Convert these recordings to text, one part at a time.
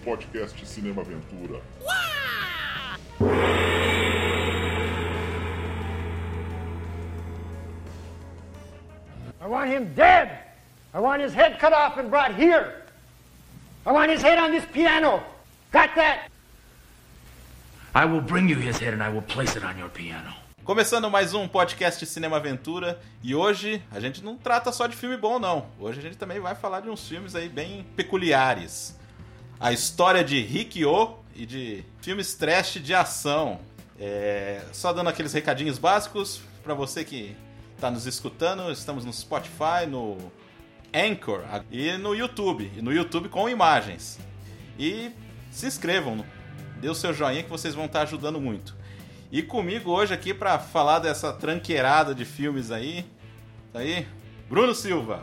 podcast Cinema Aventura. I want him dead. I want his head cut off and brought here. I want his head on this piano. Got that? I will bring you his head and I will place it on your piano. Começando mais um podcast Cinema Aventura, e hoje a gente não trata só de filme bom, não. Hoje a gente também vai falar de uns filmes aí bem peculiares. A história de Riki-Oh e de filmes trash de ação. Só dando aqueles recadinhos básicos para você que está nos escutando. Estamos no Spotify, no Anchor e no YouTube. E no YouTube com imagens. E se inscrevam, dê o seu joinha que vocês vão estar ajudando muito. E comigo hoje aqui para falar dessa tranqueirada de filmes aí, tá aí, Bruno Silva.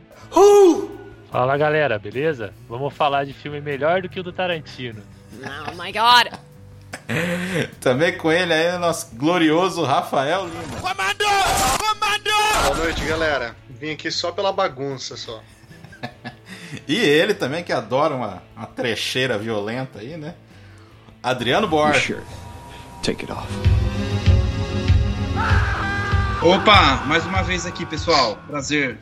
Fala galera, beleza? Vamos falar de filme melhor do que o do Tarantino. Oh my god! Também com ele aí, nosso glorioso Rafael Lima. Comando! Boa noite, galera. Vim aqui só pela bagunça, só. E ele também, que adora uma trecheira violenta aí, né? Adriano Borges. Take it off. Opa, mais uma vez aqui, pessoal. Prazer.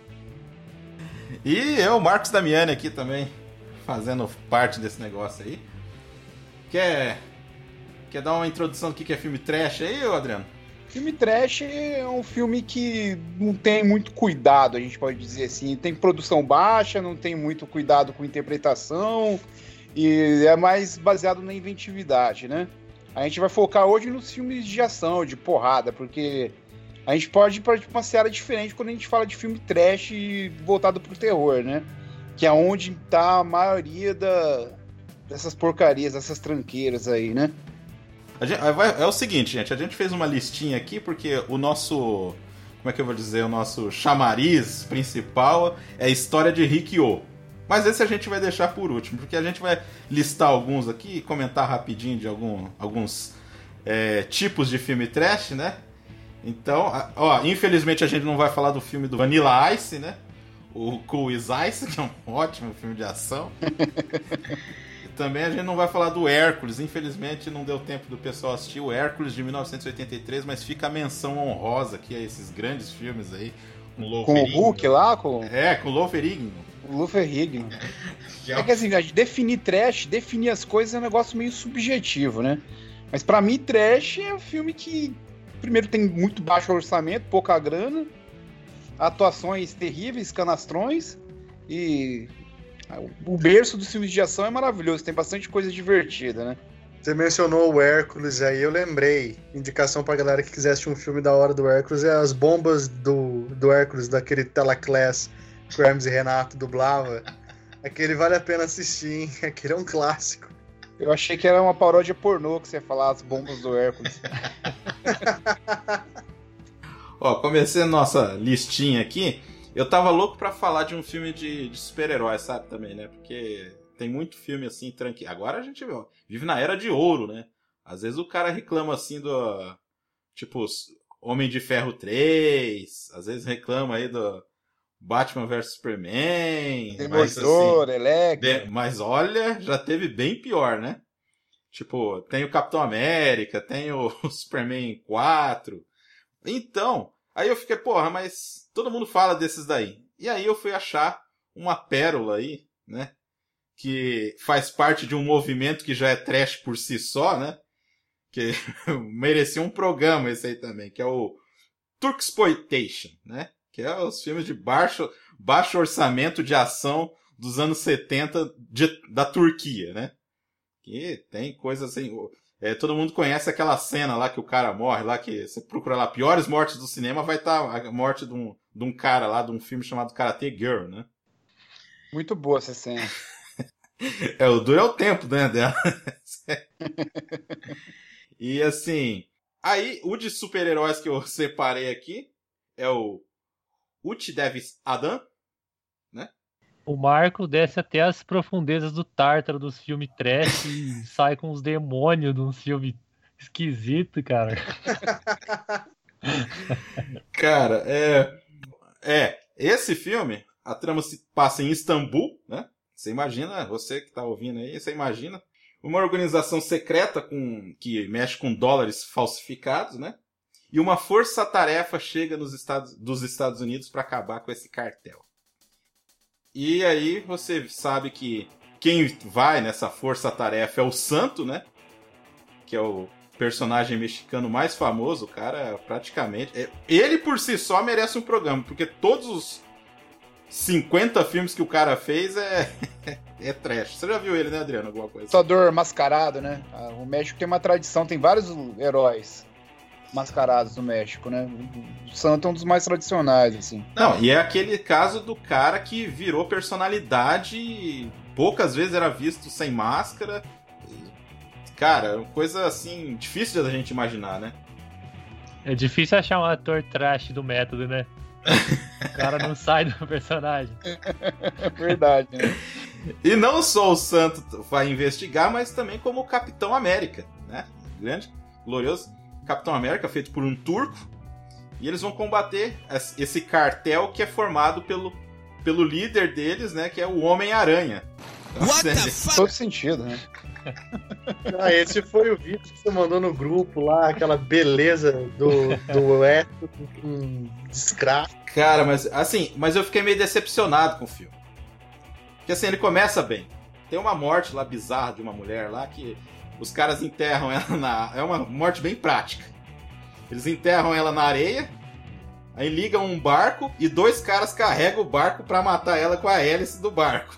E eu, Marcos Damiani, aqui também, fazendo parte desse negócio aí. Quer dar uma introdução do que é filme trash aí, Adriano? Filme trash é um filme que não tem muito cuidado, a gente pode dizer assim. Tem produção baixa, não tem muito cuidado com interpretação e é mais baseado na inventividade, né? A gente vai focar hoje nos filmes de ação, de porrada, porque a gente pode ir para uma seara diferente quando a gente fala de filme trash voltado pro terror, né? Que é onde tá a maioria dessas porcarias, dessas tranqueiras aí, né? É o seguinte, gente, a gente fez uma listinha aqui porque o nosso, como é que eu vou dizer, o nosso chamariz principal é a história de Riki-Oh. Mas esse a gente vai deixar por último, porque a gente vai listar alguns aqui e comentar rapidinho de alguns tipos de filme trash, né? Então, infelizmente a gente não vai falar do filme do Vanilla Ice, né? O Cool is Ice, que é um ótimo filme de ação. Também a gente não vai falar do Hércules, infelizmente não deu tempo do pessoal assistir o Hércules de 1983, mas fica a menção honrosa aqui a esses grandes filmes aí. Com o Hulk lá? Com o Lou Ferrigno. O Lou Ferrigno. É que assim, definir trash, definir as coisas é um negócio meio subjetivo, né? Mas pra mim, trash é um filme que, primeiro, tem muito baixo orçamento, pouca grana, atuações terríveis, canastrões, e o berço dos filmes de ação é maravilhoso, tem bastante coisa divertida, né? Você mencionou o Hércules aí, eu lembrei. Indicação pra galera que quiser assistir um filme da hora do Hércules é as bombas do Hércules, daquele Telaclass que o Hermes e Renato dublava. Aquele vale a pena assistir, hein? Aquele é um clássico. Eu achei que era uma paródia pornô que você ia falar, as bombas do Hércules. Começando nossa listinha aqui, eu tava louco pra falar de um filme de super-heróis, sabe, também, né? Porque tem muito filme assim, tranquilo. Agora a gente vive na era de ouro, né? Às vezes o cara reclama assim do, tipo, Homem de Ferro 3, às vezes reclama aí do Batman vs Superman. Demolidor, assim, Electra. Mas olha, já teve bem pior, né? Tipo, tem o Capitão América, tem o Superman 4. Então, aí eu fiquei, mas todo mundo fala desses daí. E aí eu fui achar uma pérola aí, né? Que faz parte de um movimento que já é trash por si só, né? Que merecia um programa esse aí também, que é o Turksploitation, né? Que é os filmes de baixo orçamento de ação dos anos 70 da Turquia, né? Que tem coisas assim... todo mundo conhece aquela cena lá que o cara morre, lá que você procura lá, piores mortes do cinema, vai estar a morte de um cara lá, de um filme chamado Karate Girl, né? Muito boa essa cena. O duro é o tempo, né, dela. E assim... Aí, o de super-heróis que eu separei aqui é o Uchi Devis Adam, né? O Marco desce até as profundezas do Tártaro dos filmes trash e sai com os demônios de um filme esquisito, cara. Cara, esse filme, a trama se passa em Istambul, né? Você imagina, você que tá ouvindo aí, você imagina uma organização secreta que mexe com dólares falsificados, né? E uma força-tarefa chega dos Estados Unidos para acabar com esse cartel. E aí você sabe que quem vai nessa força-tarefa é o Santo, né? Que é o personagem mexicano mais famoso, o cara praticamente... Ele por si só merece um programa, porque todos os 50 filmes que o cara fez é trash. Você já viu ele, né, Adriano? Alguma coisa? Lutador mascarado, né? O México tem uma tradição, tem vários heróis mascarados no México, né? O Santo é um dos mais tradicionais, assim. Não, e é aquele caso do cara que virou personalidade e poucas vezes era visto sem máscara. Cara, uma coisa assim, difícil da gente imaginar, né? É difícil achar um ator trash do método, né? O cara não sai do personagem. É verdade, né? E não só o Santo vai investigar, mas também como o Capitão América, né? Grande, glorioso Capitão América, feito por um turco. E eles vão combater esse cartel que é formado pelo líder deles, né? Que é o Homem-Aranha. Todo sentido, né? Esse foi o vídeo que você mandou no grupo lá, aquela beleza do Eto com descraque. Cara, mas eu fiquei meio decepcionado com o filme. Porque assim, ele começa bem. Tem uma morte lá bizarra de uma mulher lá que os caras enterram ela é uma morte bem prática. Eles enterram ela na areia, aí ligam um barco e 2 caras carregam o barco pra matar ela com a hélice do barco.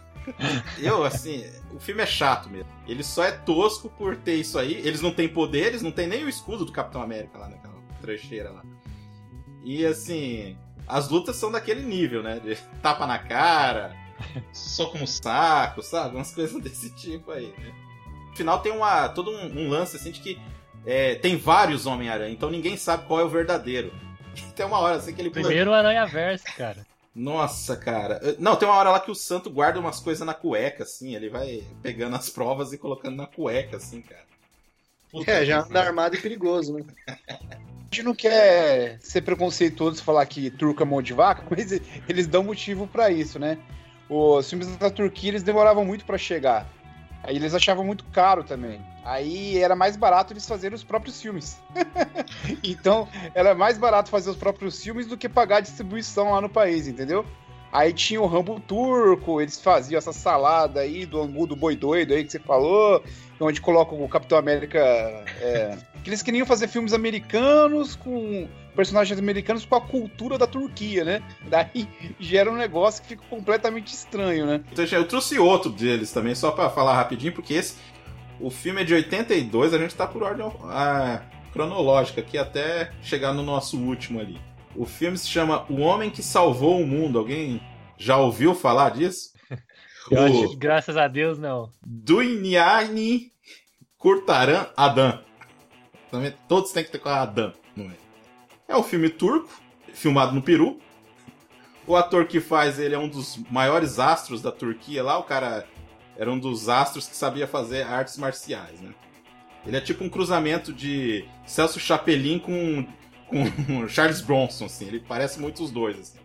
O filme é chato mesmo. Ele só é tosco por ter isso aí. Eles não têm poderes, não tem nem o escudo do Capitão América lá naquela trecheira lá. E assim, as lutas são daquele nível, né? De tapa na cara, soco no saco, sabe? Umas coisas desse tipo aí, né? No final tem todo um lance assim de que tem vários Homem-Aranha, então ninguém sabe qual é o verdadeiro. Tem uma hora assim que ele pula... Primeiro o Aranha-Verso, cara. Nossa, cara. Não, tem uma hora lá que o Santo guarda umas coisas na cueca, assim. Ele vai pegando as provas e colocando na cueca, assim, cara. Já anda armado e perigoso, né? A gente não quer ser preconceituoso e falar que turco é mão de vaca, mas eles dão motivo pra isso, né? Os filmes da Turquia, eles demoravam muito pra chegar. Aí eles achavam muito caro também. Aí era mais barato eles fazerem os próprios filmes. Então, era mais barato fazer os próprios filmes do que pagar a distribuição lá no país, entendeu? Aí tinha o Rambo turco, eles faziam essa salada aí do angu do boi doido aí que você falou, onde colocam o Capitão América... que eles queriam fazer filmes americanos com personagens americanos com a cultura da Turquia, né? Daí gera um negócio que fica completamente estranho, né? Então, eu trouxe outro deles também, só pra falar rapidinho, porque o filme é de 82, a gente tá por ordem cronológica aqui até chegar no nosso último ali. O filme se chama O Homem que Salvou o Mundo. Alguém já ouviu falar disso? Eu acho que, graças a Deus, não. Duyani Kurtaran Adam. Também, todos têm que ter com a Adam, não é? É um filme turco, filmado no Peru. O ator que faz ele é um dos maiores astros da Turquia lá. O cara era um dos astros que sabia fazer artes marciais, né? Ele é tipo um cruzamento de Celso Chapelin com Charles Bronson, assim. Ele parece muito os dois, assim.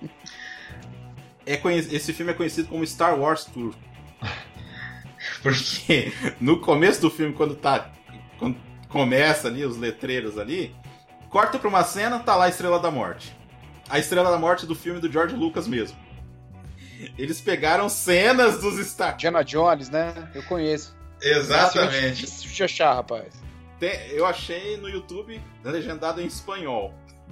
Esse filme é conhecido como Star Wars turco. Porque no começo do filme, quando começa ali os letreiros ali, corta pra uma cena, tá lá a Estrela da Morte. A Estrela da Morte do filme do George Lucas mesmo. Eles pegaram cenas dos Star... Indiana Jones, né? Eu conheço. Exatamente. Difícil de achar, rapaz. Eu achei no YouTube legendado em espanhol.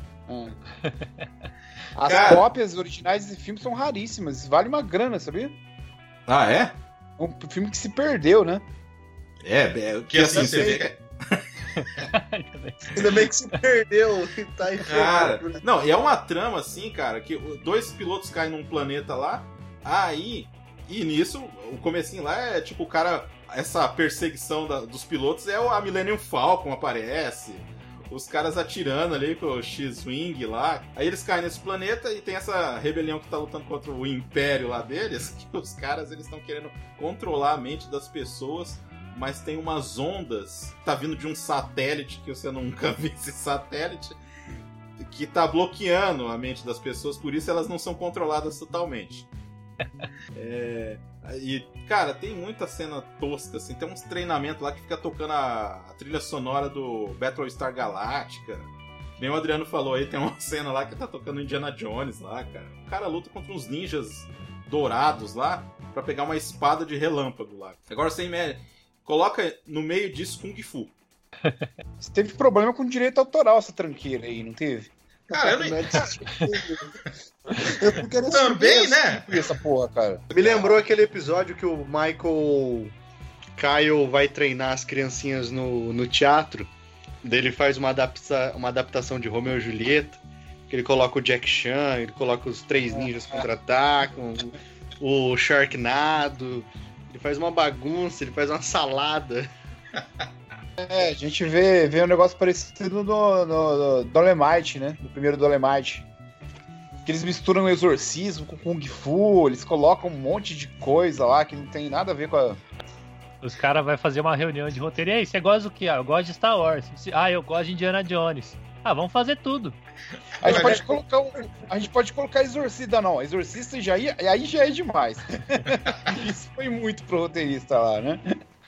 As cópias originais desse filme são raríssimas. Vale uma grana, sabia? Ah, é? É um filme que se perdeu, né? Que assim, você vê... Ainda bem que se perdeu e tá aí. Cara, não, e é uma trama assim, cara, que 2 pilotos caem num planeta lá, aí, e nisso, o comecinho lá é tipo o cara, essa perseguição dos pilotos a Millennium Falcon aparece, os caras atirando ali com o X-Wing lá, aí eles caem nesse planeta e tem essa rebelião que tá lutando contra o Império lá deles, que os caras, eles estão querendo controlar a mente das pessoas, mas tem umas ondas, tá vindo de um satélite, que você nunca viu esse satélite, que tá bloqueando a mente das pessoas, por isso elas não são controladas totalmente. E, cara, tem muita cena tosca, assim. Tem uns treinamentos lá que fica tocando a trilha sonora do Battlestar Galactica. Nem o Adriano falou aí, tem uma cena lá que tá tocando Indiana Jones lá, cara. O cara luta contra uns ninjas dourados lá pra pegar uma espada de relâmpago lá. Agora você coloca no meio disso Kung Fu. Você teve problema com direito autoral essa tranqueira aí, não teve? Cara, eu não... Eu quero Também, né? Essa porra, cara. Me lembrou aquele episódio que o Michael Kyle vai treinar as criancinhas no teatro. Daí ele faz uma adaptação de Romeo e Julieta. Que ele coloca o Jack Chan, ele coloca os três ninjas contra-atacam, o Sharknado. Ele faz uma bagunça, ele faz uma salada. A gente vê um negócio parecido no Dolemite, né? No primeiro Dolemite. Que eles misturam o exorcismo com Kung Fu, eles colocam um monte de coisa lá que não tem nada a ver com a... Os caras vão fazer uma reunião de roteiro. E aí, você gosta do que? Eu gosto de Star Wars. Eu gosto de Indiana Jones. Vamos fazer tudo. A gente pode colocar exorcista, não. Exorcista aí já é demais. Isso foi muito pro roteirista lá, né?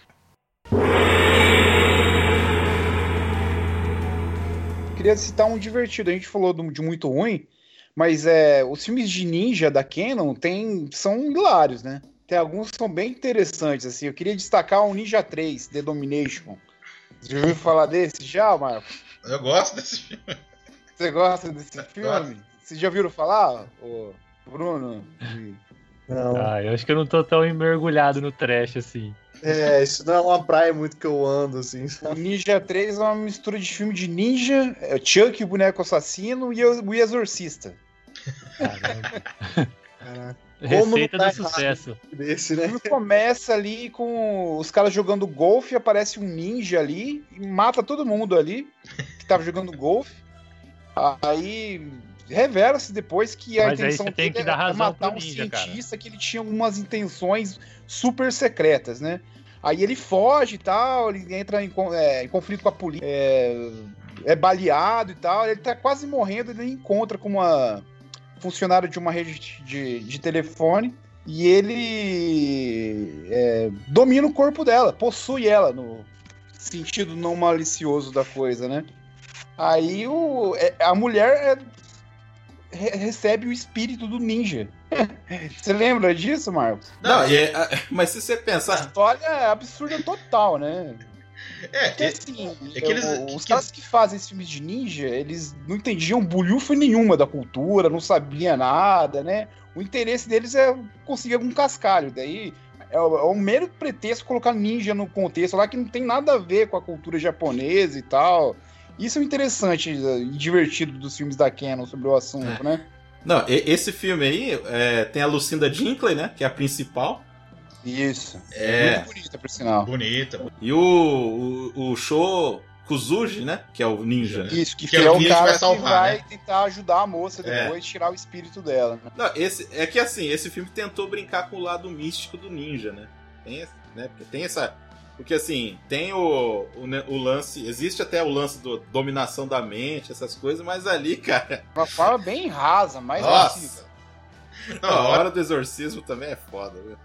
Queria citar um divertido. A gente falou de muito ruim, mas os filmes de ninja da Canon são hilários, né? Tem alguns que são bem interessantes, assim. Eu queria destacar o Ninja 3, The Domination. Você já ouviu falar desse já, Marcos? Eu gosto desse filme. Você gosta desse filme? Vocês já ouviram falar, Bruno? Não. Eu acho que eu não tô tão mergulhado no trash assim. Isso não é uma praia muito que eu ando, assim. O Ninja 3 é uma mistura de filme de ninja, Chuck, o boneco assassino e o Exorcista. Caraca. Receita do sucesso. Desse, né? Tudo começa ali com os caras jogando golfe, aparece um ninja ali e mata todo mundo ali que tava jogando golfe. Aí revela-se depois que a intenção dele é matar um cientista, cara. Que ele tinha algumas intenções super secretas, né? Aí ele foge e tal, ele entra em conflito com a polícia, é baleado e tal, ele tá quase morrendo, ele encontra com uma funcionária de uma rede de telefone e ele domina o corpo dela, possui ela, no sentido não malicioso da coisa, né? Aí a mulher recebe o espírito do ninja. Você lembra disso, Marcos? Não, mas se você pensar... A história é absurda total, né? Porque assim, os caras que fazem esses filmes de ninja, eles não entendiam bulhufa nenhuma da cultura, não sabiam nada, né? O interesse deles é conseguir algum cascalho. Daí é um mero pretexto colocar ninja no contexto lá que não tem nada a ver com a cultura japonesa e tal. Isso é interessante e divertido dos filmes da Canon sobre o assunto, né? Não, esse filme aí tem a Lucinda Dinkley, né? Que é a principal. Isso. Muito bonita, por sinal. Bonita. E o Sho Kuzuji, né? Que é o ninja. Né? Isso, que é o cara que vai né? tentar ajudar a moça depois, tirar o espírito dela. Né? Não, esse filme tentou brincar com o lado místico do ninja, né? Tem essa... Porque assim, tem o lance... Existe até o lance da dominação da mente, essas coisas, mas ali, cara... Uma forma bem rasa, mais Nossa! Não, a hora do exorcismo também é foda, viu?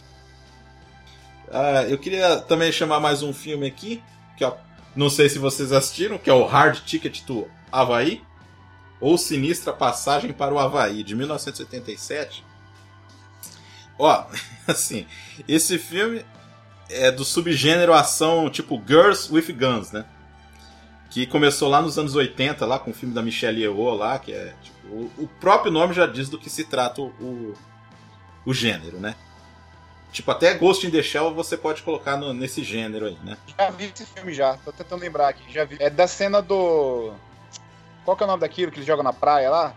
Eu queria também chamar mais um filme aqui, que não sei se vocês assistiram, que é o Hard Ticket to Havaí, ou Sinistra Passagem para o Havaí, de 1987. Assim, esse filme é do subgênero ação tipo Girls with Guns, né? Que começou lá nos anos 80, lá com o filme da Michelle Yeoh lá, que é tipo, o próprio nome já diz do que se trata o gênero, né? Tipo, até Ghost in the Shell você pode colocar nesse gênero aí, né? Já vi esse filme já, tô tentando lembrar aqui, já vi. É da cena do... Qual que é o nome daquilo que eles jogam na praia lá?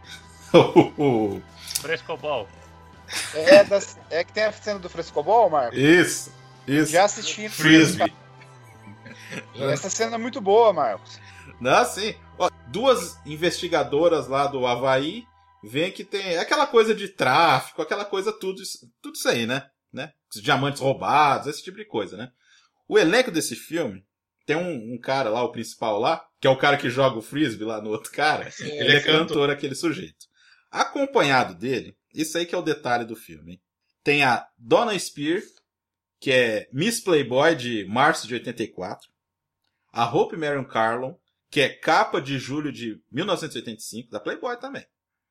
Frescobol. É que tem a cena do Frescobol, Marcos? Isso. Já assisti. Frisbee. Essa cena é muito boa, Marcos. Não, sim. Duas investigadoras lá do Havaí veem que tem aquela coisa de tráfico, aquela coisa, tudo isso aí, né? Os diamantes roubados, esse tipo de coisa, né? O elenco desse filme tem um cara lá, o principal lá, que é o cara que joga o frisbee lá no outro cara. Ele é cantor, aquele sujeito. Acompanhado dele, Isso aí que é o detalhe do filme, hein? Tem a Donna Spear, que é Miss Playboy de março de 84. A Hope Marion Carlon, que é capa de julho de 1985, da Playboy também.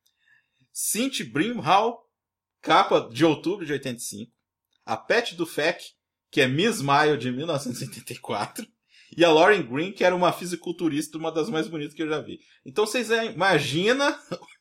Cindy Brimhall, capa de outubro de 85. A Pat Dufek, que é Miss Mayo de 1984. E a Lauren Green, que era uma fisiculturista, uma das mais bonitas que eu já vi. Então vocês imaginam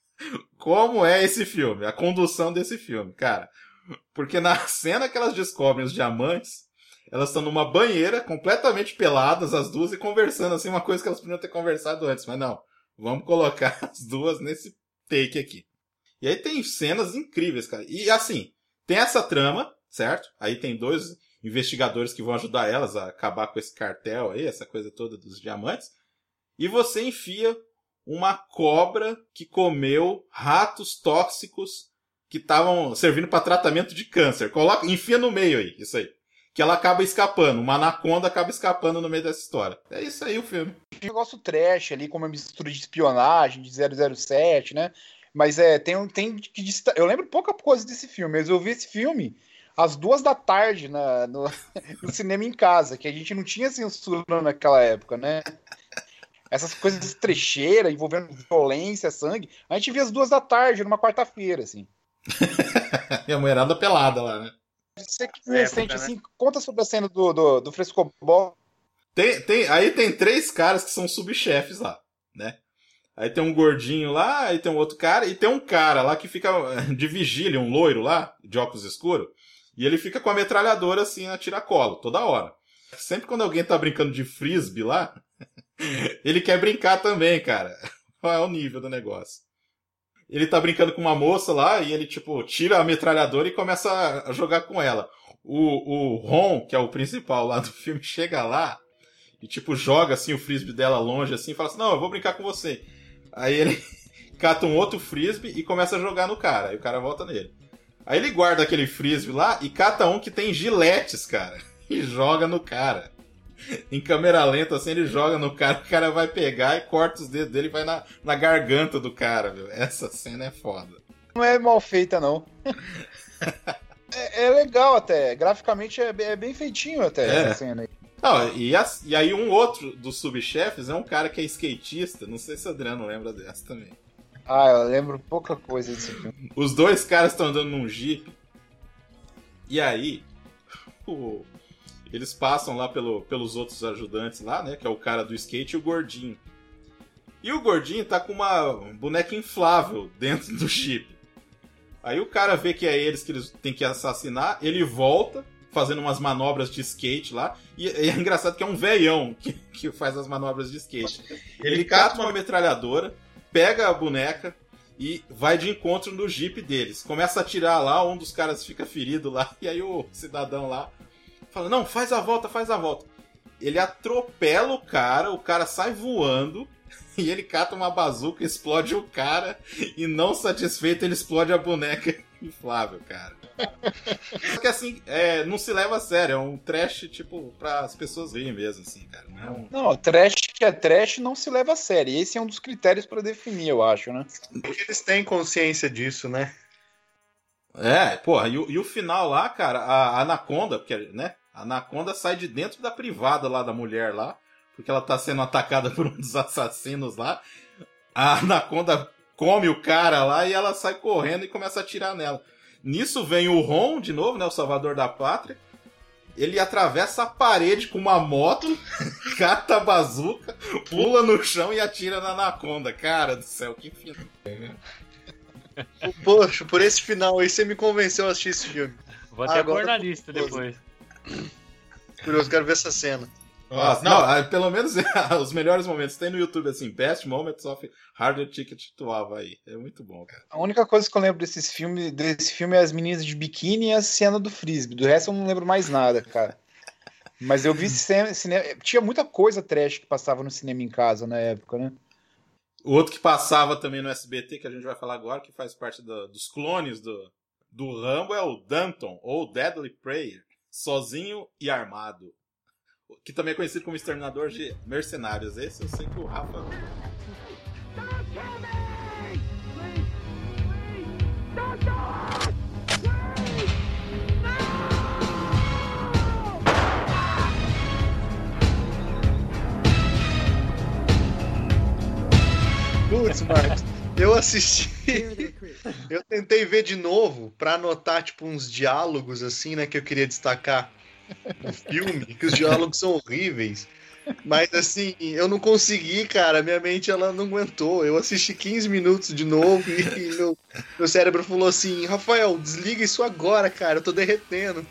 como é esse filme, a condução desse filme, cara. Porque na cena que elas descobrem os diamantes, elas estão numa banheira, completamente peladas, as duas, e conversando, assim, uma coisa que elas podiam ter conversado antes. Mas não, vamos colocar as duas nesse take aqui. E aí tem cenas incríveis, cara. E assim, tem essa trama, certo? Aí tem 2 investigadores que vão ajudar elas a acabar com esse cartel aí, essa coisa toda dos diamantes. E você enfia uma cobra que comeu ratos tóxicos que estavam servindo para tratamento de câncer. Enfia no meio aí, isso aí. Que ela acaba escapando. Uma anaconda acaba escapando no meio dessa história. É isso aí o filme. Um negócio trash ali, como uma mistura de espionagem, de 007, né? Mas tem que... Eu lembro pouca coisa desse filme, mas eu vi esse filme às 2 da tarde no cinema em casa, que a gente não tinha censura naquela época, né? Essas coisas trecheiras, envolvendo violência, sangue, a gente via às 2 da tarde, numa quarta-feira, assim. E a mulherada pelada lá, né? Você que recente, assim, conta sobre a cena do frescobol. Aí tem 3 caras que são subchefes lá, né? Aí tem um gordinho lá, aí tem um outro cara, e tem um cara lá que fica de vigília, um loiro lá, de óculos escuros, e ele fica com a metralhadora assim na tiracolo, toda hora. Sempre quando alguém tá brincando de frisbee lá, ele quer brincar também, cara. Qual é o nível do negócio? Ele tá brincando com uma moça lá e ele, tipo, tira a metralhadora e começa a jogar com ela. O Ron, que é o principal lá do filme, chega lá e, tipo, joga, assim, o frisbee dela longe, assim, e fala assim, não, eu vou brincar com você. Aí ele cata um outro frisbee e começa a jogar no cara. Aí o cara volta nele. Aí ele guarda aquele frisbee lá e cata um que tem giletes, cara. E joga no cara. Em câmera lenta, assim, ele joga no cara, o cara vai pegar e corta os dedos dele e vai na garganta do cara, viu? Essa cena é foda. Não é mal feita, não. é legal até. Graficamente é bem feitinho até essa cena aí. Não, e aí um outro dos subchefes é um cara que é skatista. Não sei se o Adriano lembra dessa também. Ah, eu lembro pouca coisa desse filme. Os 2 caras estão andando num jeep. E aí... Eles passam lá pelos outros ajudantes lá, né? Que é o cara do skate e o gordinho. E o gordinho tá com uma boneca inflável dentro do Jeep. Aí o cara vê que é eles que eles têm que assassinar, ele volta fazendo umas manobras de skate lá. E é engraçado que é um velhão que faz as manobras de skate. Ele cata uma metralhadora, pega a boneca e vai de encontro no Jeep deles. Começa a atirar lá, um dos caras fica ferido lá, e aí o cidadão lá fala, não, faz a volta. Ele atropela o cara sai voando, e ele cata uma bazuca, explode o cara, e não satisfeito, ele explode a boneca inflável, cara. Só que assim, não se leva a sério, é um trash, tipo, pra as pessoas rirem mesmo, assim, cara. Não, trash que é trash não se leva a sério. Esse é um dos critérios pra definir, eu acho, né? Porque eles têm consciência disso, né? Porra, e o final lá, cara, a Anaconda, porque, né? A Anaconda sai de dentro da privada lá da mulher lá, porque ela tá sendo atacada por um dos assassinos lá. A Anaconda come o cara lá e ela sai correndo e começa a atirar nela. Nisso vem o Ron, de novo, né? O salvador da pátria. Ele atravessa a parede com uma moto, cata a bazuca, pula no chão e atira na Anaconda. Cara do céu, que final. Poxa, por esse final aí você me convenceu a assistir esse filme. Vou até pôr na lista depois. Curioso, quero ver essa cena. Nossa, não, pelo menos os melhores momentos tem no YouTube, assim, Best Moments of Harder Ticket to Hawaii. É muito bom, cara. A única coisa que eu lembro desse filme é as meninas de biquíni e a cena do frisbee. Do resto eu não lembro mais nada, cara. Mas eu vi cinema, tinha muita coisa trash que passava no cinema em casa na época, né? O outro que passava também no SBT, que a gente vai falar agora, que faz parte dos clones do Rambo, é o Danton, ou Deadly Prayer, sozinho e armado. Que também é conhecido como Exterminador de Mercenários. Esse eu sei que o Rafa... Don't negócio, Marcos. Eu assisti. Eu tentei ver de novo pra anotar, tipo, uns diálogos, assim, né, que eu queria destacar no filme, que os diálogos são horríveis. Mas, assim, eu não consegui, cara. Minha mente, ela não aguentou. Eu assisti 15 minutos de novo e meu cérebro falou assim: Rafael, desliga isso agora, cara. Eu tô derretendo.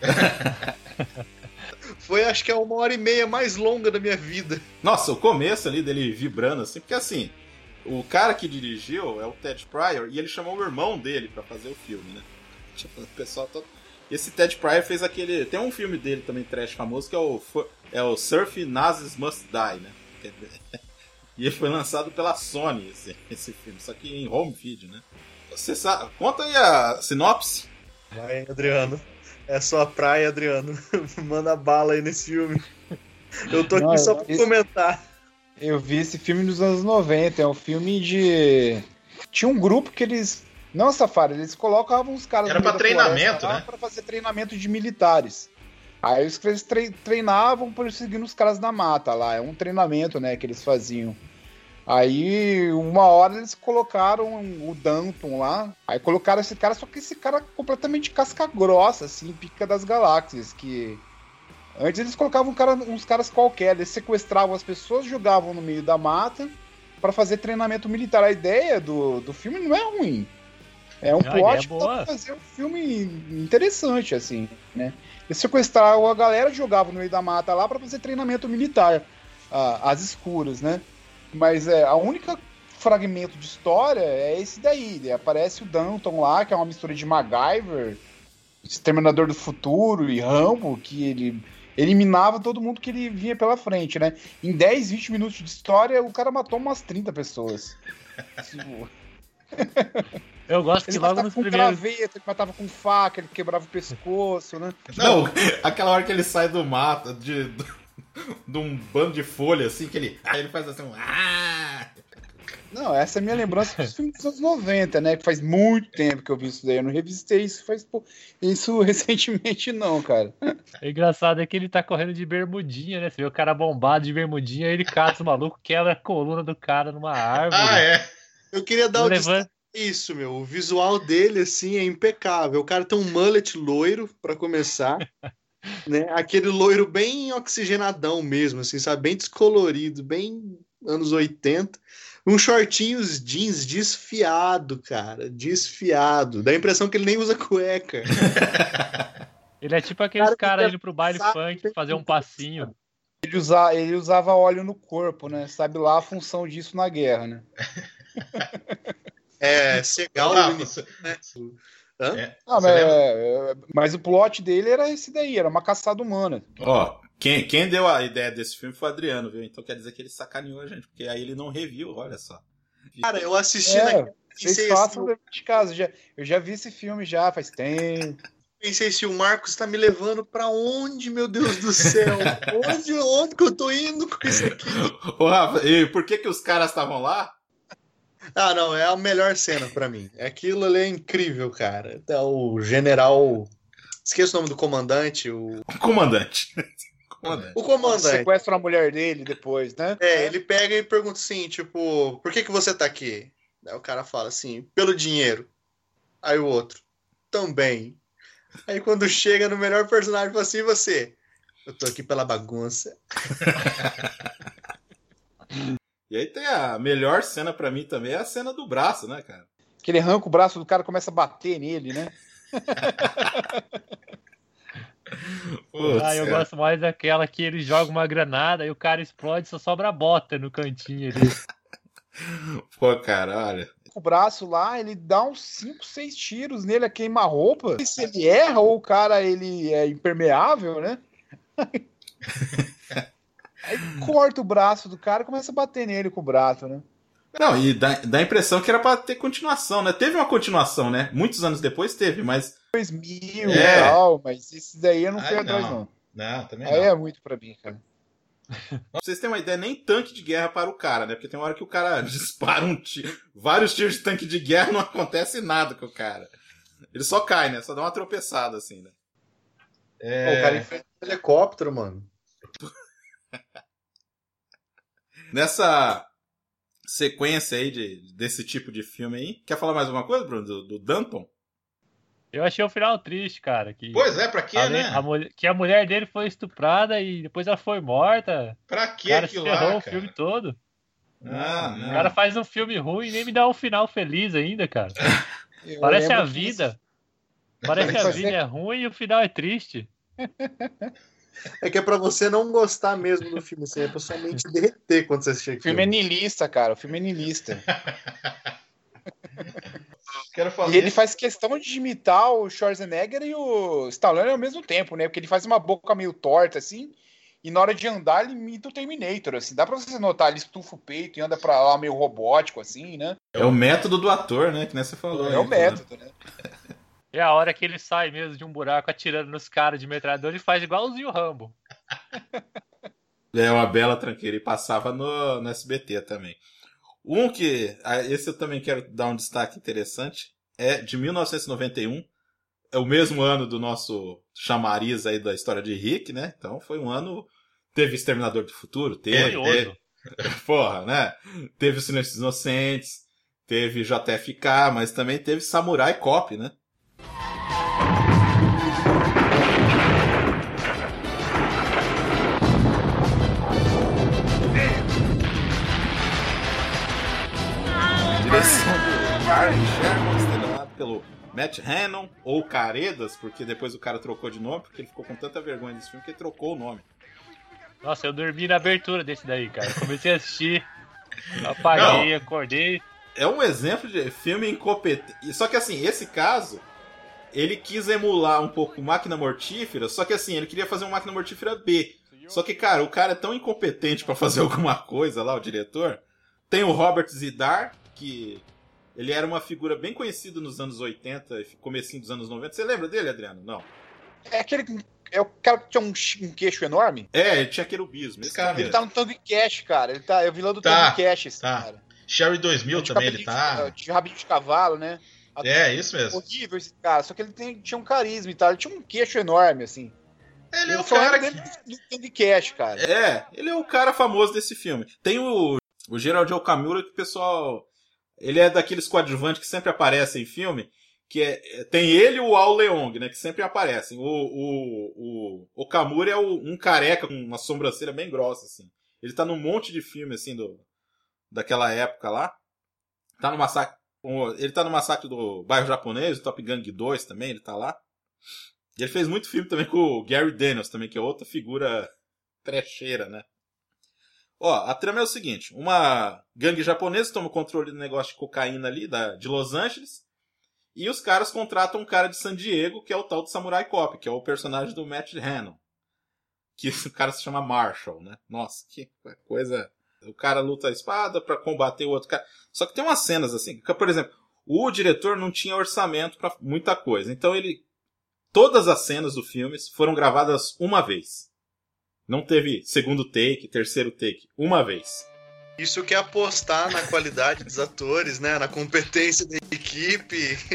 Foi, acho que é 1h30 mais longa da minha vida. Nossa, o começo ali dele vibrando, assim, porque assim, o cara que dirigiu é o Ted Pryor e ele chamou o irmão dele pra fazer o filme, né? Tipo, o pessoal todo... Esse Ted Pryor fez aquele... Tem um filme dele também, trash famoso, que é o Surf Nazis Must Die, né? E ele foi lançado pela Sony, esse filme, só que em home video, né? Você sabe... Conta aí a sinopse. Vai, Adriano. É só a praia, Adriano. Manda bala aí nesse filme. Eu tô aqui só pra comentar. Eu vi esse filme nos anos 90. É um filme de... Tinha um grupo que eles... Não, Safari, eles colocavam os caras... Era pra treinamento, né? Pra fazer treinamento de militares. Aí os caras treinavam perseguindo os caras na mata lá. É um treinamento, né, que eles faziam. Aí, uma hora eles colocaram o Danton lá. Aí colocaram esse cara, só que esse cara completamente casca grossa, assim, pica das galáxias. Que antes eles colocavam uns caras qualquer, eles sequestravam as pessoas, jogavam no meio da mata pra fazer treinamento militar. A ideia do filme não é ruim. É um plot pra fazer um filme interessante, assim, né? Eles sequestravam a galera, jogavam no meio da mata lá pra fazer treinamento militar, às escuras, né? Mas a única fragmento de história é esse daí. Aparece o Danton lá, que é uma mistura de MacGyver, Exterminador do Futuro e Rambo, que ele eliminava todo mundo que ele vinha pela frente, né? Em 10, 20 minutos de história, o cara matou umas 30 pessoas. Eu gosto que ele logo matava nos com primeiros... graveto, ele matava com faca, ele quebrava o pescoço, né? Não, aquela hora que ele sai do mato, de um bando de folha, assim, que ele faz assim um... Não, essa é a minha lembrança dos filmes dos anos 90, né? Que faz muito tempo que eu vi isso daí. Eu não revisitei isso recentemente, não, cara. O engraçado é que ele tá correndo de bermudinha, né? Você vê o cara bombado de bermudinha, aí ele caça o maluco, quebra a coluna do cara numa árvore. Ah, é? Eu queria dar o destaque. Isso, meu. O visual dele, assim, é impecável. O cara tem um mullet loiro, pra começar. Né? Aquele loiro bem oxigenadão mesmo, assim, sabe? Bem descolorido, bem anos 80. Uns shortinhos jeans desfiado, cara. Desfiado. Dá a impressão que ele nem usa cueca. Ele é tipo aqueles caras indo pro baile funk fazer um passinho. Ele usava óleo no corpo, né? Sabe lá a função disso na guerra, né? Cegal. Mas o plot dele era esse daí, era uma caçada humana. Ó, quem deu a ideia desse filme foi o Adriano, viu? Então quer dizer que ele sacaneou a gente, porque aí ele não reviu, olha só. Cara, eu assisti vocês façam de casa. Eu já vi esse filme já faz tempo. Pensei se o Marcos tá me levando pra onde, meu Deus do céu? Onde que eu tô indo com isso aqui? Ô, Rafa, e por que os caras estavam lá? Ah, não, é a melhor cena pra mim. Aquilo ali é incrível, cara. Então, o general... Esqueço o nome do comandante. O comandante. Sequestra a mulher dele depois, né? Ele pega e pergunta assim, tipo, por que você tá aqui? Aí o cara fala assim, pelo dinheiro. Aí o outro, também. Aí quando chega no melhor personagem, fala assim, e você? Eu tô aqui pela bagunça. E aí tem a melhor cena pra mim também, é a cena do braço, né, cara? Que ele arranca o braço do cara e começa a bater nele, né? Eu gosto mais daquela que ele joga uma granada e o cara explode e só sobra a bota no cantinho ali. Pô, cara, olha. O braço lá, ele dá uns 5, 6 tiros nele, a queima-roupa. E se ele erra ou o cara ele é impermeável, né? Aí corta o braço do cara e começa a bater nele com o braço, né? Não, e dá a impressão que era pra ter continuação, né? Teve uma continuação, né? Muitos anos depois teve, mas... 2000 e tal, mas isso daí eu não fui atrás, não. Não, também aí não. É muito pra mim, cara. Pra vocês terem uma ideia, nem tanque de guerra para o cara, né? Porque tem uma hora que o cara dispara um tiro, vários tiros de tanque de guerra, não acontece nada com o cara. Ele só cai, né? Só dá uma tropeçada, assim, né? O cara enfrenta um helicóptero, mano. Nessa sequência aí desse tipo de filme aí. Quer falar mais alguma coisa, Bruno, do Danton? Eu achei o final triste, cara. Que Pois é, pra quê, né? que a mulher dele foi estuprada e depois ela foi morta. Pra O que cara se aquilo ferrou lá, o filme cara? todo. Não. O cara faz um filme ruim e nem me dá um final feliz ainda, cara. Eu Parece lembro a que vida. Parece que a vida é ruim e o final é triste. É que é pra você não gostar mesmo do filme, assim, é pra sua mente derreter quando você chega. O filme é niilista, cara. O filme é niilista. Quero fazer. E ele faz questão de imitar o Schwarzenegger e o Stallone ao mesmo tempo, né? Porque ele faz uma boca meio torta, assim, e na hora de andar ele imita o Terminator, assim. Dá pra você notar, ele estufa o peito e anda pra lá meio robótico, assim, né? É o método do ator, né? Que nem você falou. É o método, né? É a hora que ele sai mesmo de um buraco atirando nos caras de metralhador e faz igualzinho o Rambo. É uma bela tranqueira. E passava no SBT também. Um que... Esse eu também quero dar um destaque interessante. É de 1991. É o mesmo ano do nosso chamariz aí da história de Rick, né? Então foi um ano... Teve Exterminador do Futuro. Teve. Porra, né? Teve Os Silêncios Inocentes. Teve JFK. Mas também teve Samurai Cop, né? Direção do Marlon Sherman, estrelado pelo Matt Hannon, ou Caredas, porque depois o cara trocou de nome, porque ele ficou com tanta vergonha desse filme que ele trocou o nome. Nossa, eu dormi na abertura desse daí, cara. Comecei a assistir, apaguei, acordei. É um exemplo de filme incompetente. Só que assim, esse caso, ele quis emular um pouco Máquina Mortífera, só que assim, ele queria fazer uma Máquina Mortífera B. Só que, cara, o cara é tão incompetente pra fazer alguma coisa lá, o diretor. Tem o Robert Z'Dar, que ele era uma figura bem conhecida nos anos 80 e comecinho dos anos 90. Você lembra dele, Adriano? Não. É aquele... É o cara que tinha um queixo enorme? É, ele tinha querubismo. Esse cara Ele tá no Tango Cash, cara. Ele tá, é o vilão do Tango Cash, esse cara. Sherry 2000 também ele tá. De rabinho de cavalo, né? É, isso mesmo. Horrível esse cara. Só que ele tinha um carisma e tal. Ele tinha um queixo enorme, assim. Ele é o cara que... do Tango Cash, cara. É, ele é o cara famoso desse filme. Tem o Gerald Okamura, que o pessoal... Ele é daqueles coadjuvantes que sempre aparecem em filme, que tem ele e o Al Leong, né, que sempre aparecem. O Okamura é um careca com uma sobrancelha bem grossa, assim. Ele tá num monte de filme, assim, daquela época lá. Tá no massacre... Ele tá no Massacre do Bairro Japonês, o Top Gun 2 também, ele tá lá. E ele fez muito filme também com o Gary Daniels também, que é outra figura trecheira, né? Ó, a trama é o seguinte. Uma gangue japonesa toma o controle do negócio de cocaína ali, de Los Angeles. E os caras contratam um cara de San Diego, que é o tal de Samurai Cop, que é o personagem do Matt Hannon. Que o cara se chama Marshall, né? Nossa, que coisa... O cara luta a espada pra combater o outro cara. Só que tem umas cenas assim, que, por exemplo, o diretor não tinha orçamento pra muita coisa. Então todas as cenas do filme foram gravadas uma vez. Não teve segundo take, terceiro take. Uma vez. Isso que é apostar na qualidade dos atores, né? Na competência da equipe.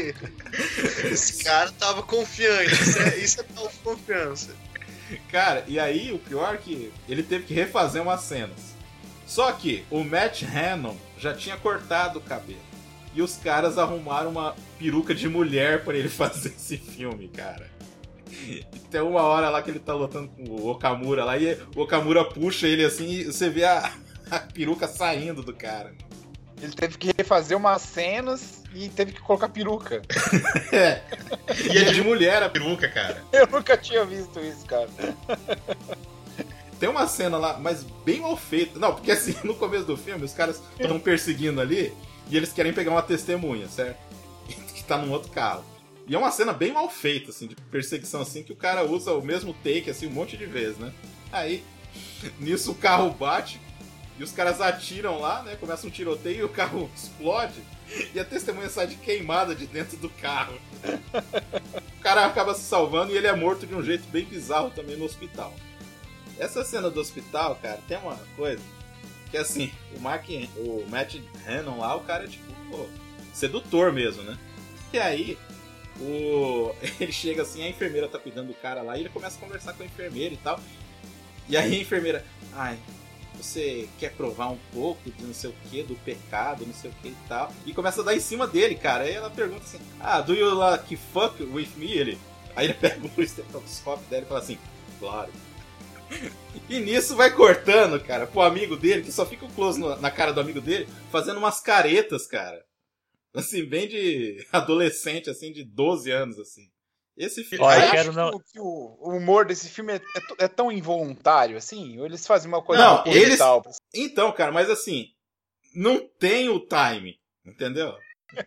Esse cara tava confiante. Isso é tal de confiança. Cara, e aí o pior é que ele teve que refazer umas cenas. Só que o Matt Hannon já tinha cortado o cabelo. E os caras arrumaram uma peruca de mulher pra ele fazer esse filme, cara. Tem uma hora lá que ele tá lutando com o Okamura lá, e o Okamura puxa ele assim e você vê a peruca saindo do cara. Ele teve que refazer umas cenas e teve que colocar peruca. É. E é de mulher a peruca, cara. Eu nunca tinha visto isso, cara. Tem uma cena lá, mas bem mal feita. Não, porque assim, no começo do filme, os caras estão perseguindo ali e eles querem pegar uma testemunha, certo? Que tá num outro carro. E é uma cena bem mal feita, assim, de perseguição, assim, que o cara usa o mesmo take, assim, um monte de vezes, né? Aí, nisso o carro bate e os caras atiram lá, né? Começa um tiroteio e o carro explode e a testemunha sai de queimada de dentro do carro. O cara acaba se salvando e ele é morto de um jeito bem bizarro também no hospital. Essa cena do hospital, cara, tem uma coisa que, assim, o Matt Hannon lá, o cara é, tipo, sedutor mesmo, né? E aí... ele chega assim, a enfermeira tá cuidando do cara lá e ele começa a conversar com a enfermeira e tal. E aí a enfermeira, ai, você quer provar um pouco de não sei o que, do pecado, não sei o que e tal. E começa a dar em cima dele, cara. Aí ela pergunta assim, do you like fuck with me? Aí ele pega o estetoscópio dela e fala assim, claro. E nisso vai cortando, cara, pro amigo dele, que só fica o close na cara do amigo dele, fazendo umas caretas, cara. Assim, bem de adolescente, assim, de 12 anos, assim. Esse filme... que o humor desse filme é tão involuntário, assim? Ou eles fazem uma coisa não, proposital? Então, cara, mas assim, não tem o time, entendeu?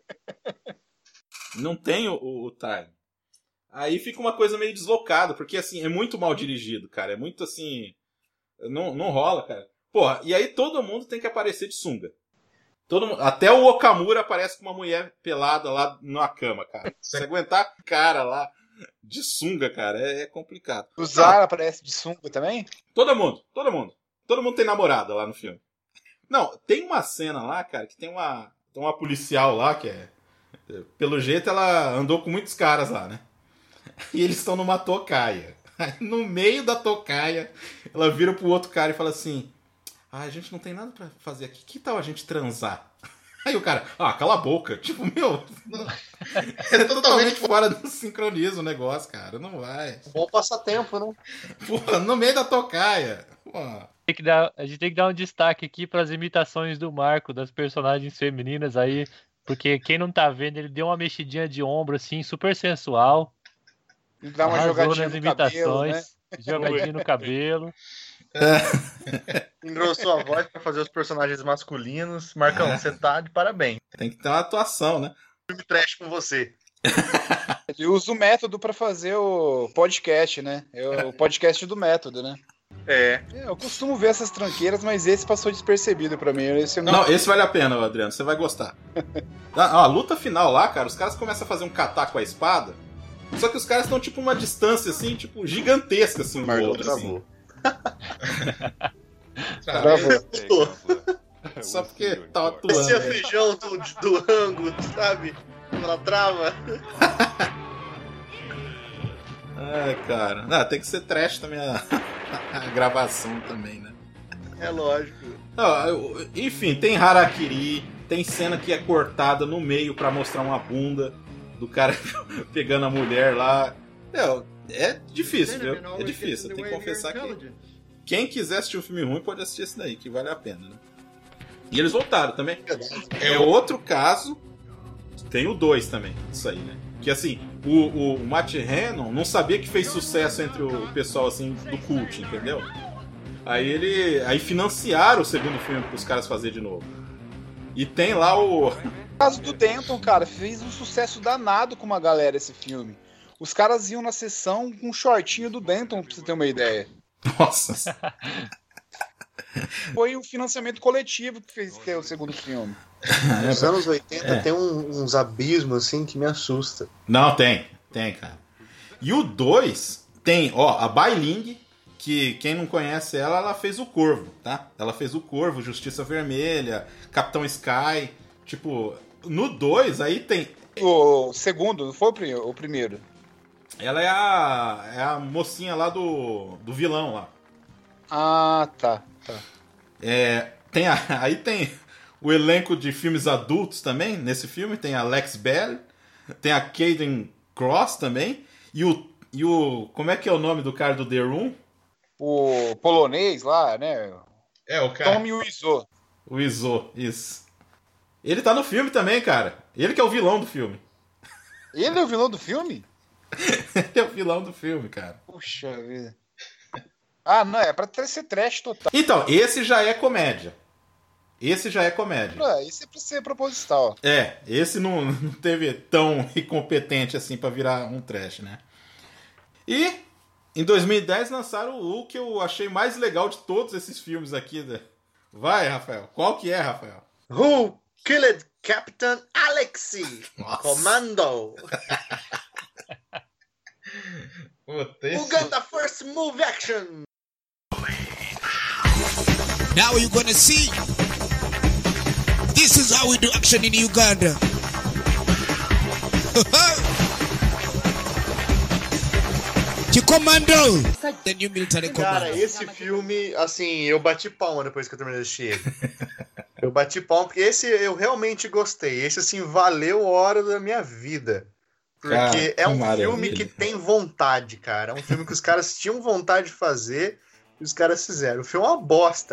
Não tem o time. Aí fica uma coisa meio deslocada, porque assim, é muito mal dirigido, cara. É muito assim... Não rola, cara. Porra, e aí todo mundo tem que aparecer de sunga. Até o Okamura aparece com uma mulher pelada lá na cama, cara. Se aguentar cara lá de sunga, cara, é complicado. O Zara aparece de sunga também? Todo mundo. Todo mundo tem namorada lá no filme. Não, tem uma cena lá, cara, que tem uma policial lá que é... Pelo jeito ela andou com muitos caras lá, né? E eles estão numa tocaia. Aí no meio da tocaia, ela vira pro outro cara e fala assim... a gente não tem nada pra fazer aqui. Que tal a gente transar? Aí o cara, cala a boca. Tipo, meu... é totalmente fora do sincronismo o negócio, cara. Não vai. Bom passatempo, né? Porra, no meio da tocaia. Porra. A gente tem que dar um destaque aqui pras imitações do Marco, das personagens femininas aí. Porque quem não tá vendo, ele deu uma mexidinha de ombro, assim, super sensual. Dá uma jogadinha nas no imitações, cabelo, né? Jogadinha no cabelo. Engrossou a voz pra fazer os personagens masculinos. Marcão, você tá de parabéns. Tem que ter uma atuação, né? Filme trash com você. Ele usa o método pra fazer o podcast, né? É o podcast do método, né? Eu costumo ver essas tranqueiras, mas esse passou despercebido pra mim. Esse vale a pena, Adriano. Você vai gostar. A luta final lá, cara, os caras começam a fazer um catar com a espada. Só que os caras estão, tipo, uma distância, assim, tipo, gigantesca, assim, um do outro, assim. Travou. Só porque tá atuando. Esse é feijão do rango, sabe? Quando ela trava. Ai, cara. Tem que ser trash também a gravação também, né? É lógico. Enfim, tem harakiri, tem cena que é cortada no meio pra mostrar uma bunda do cara pegando a mulher lá. É difícil, viu? É difícil. Eu tenho que confessar que quem quiser assistir um filme ruim pode assistir esse daí, que vale a pena, né? E eles voltaram também. É outro caso. Tem o 2 também, isso aí, né? Que assim, o Matt Hannon não sabia que fez sucesso entre o pessoal assim do cult, entendeu? Aí financiaram o segundo filme pros caras fazerem de novo. E tem lá o caso do Denton, cara, fez um sucesso danado com uma galera esse filme. Os caras iam na sessão com um shortinho do Denton, pra você ter uma ideia. Nossa. Foi o financiamento coletivo que fez ter o segundo filme. Nos anos 80 tem uns abismos assim que me assusta. Não, tem, cara. E o 2 tem, a Bai Ling, que quem não conhece ela fez o Corvo, tá? Ela fez o Corvo, Justiça Vermelha, Capitão Sky, tipo... No 2, aí tem... O segundo, não foi o primeiro? Ela é a mocinha lá do vilão lá. Ah, tá. Aí tem o elenco de filmes adultos também, nesse filme. Tem a Lex Bell, tem a Caden Cross também. E o... Como é que é o nome do cara do The Room? O polonês lá, né? O cara... Tommy Wiseau. O Wiseau, isso. Ele tá no filme também, cara. Ele que é o vilão do filme. Ele é o vilão do filme? Ele é o vilão do filme, cara. Puxa vida. Não, é pra ser trash total. Então, esse já é comédia. Esse já é comédia. Esse é pra ser proposital. Esse não teve tão incompetente assim pra virar um trash, né? E em 2010 lançaram o que eu achei mais legal de todos esses filmes aqui. Vai, Rafael. Qual que é, Rafael? Who Killed Captain Alexei? Commando. Uganda First Move Action. Now you're gonna see. This is how we do action in Uganda. Commando! The new military Cara, commando. esse filme, assim, eu bati palma depois que eu terminei de assistir ele. Eu bati palma porque esse eu realmente gostei. Esse, assim, valeu a hora da minha vida. Porque é um filme que tem vontade, cara. É um filme que os caras tinham vontade de fazer e os caras fizeram. O filme é uma bosta.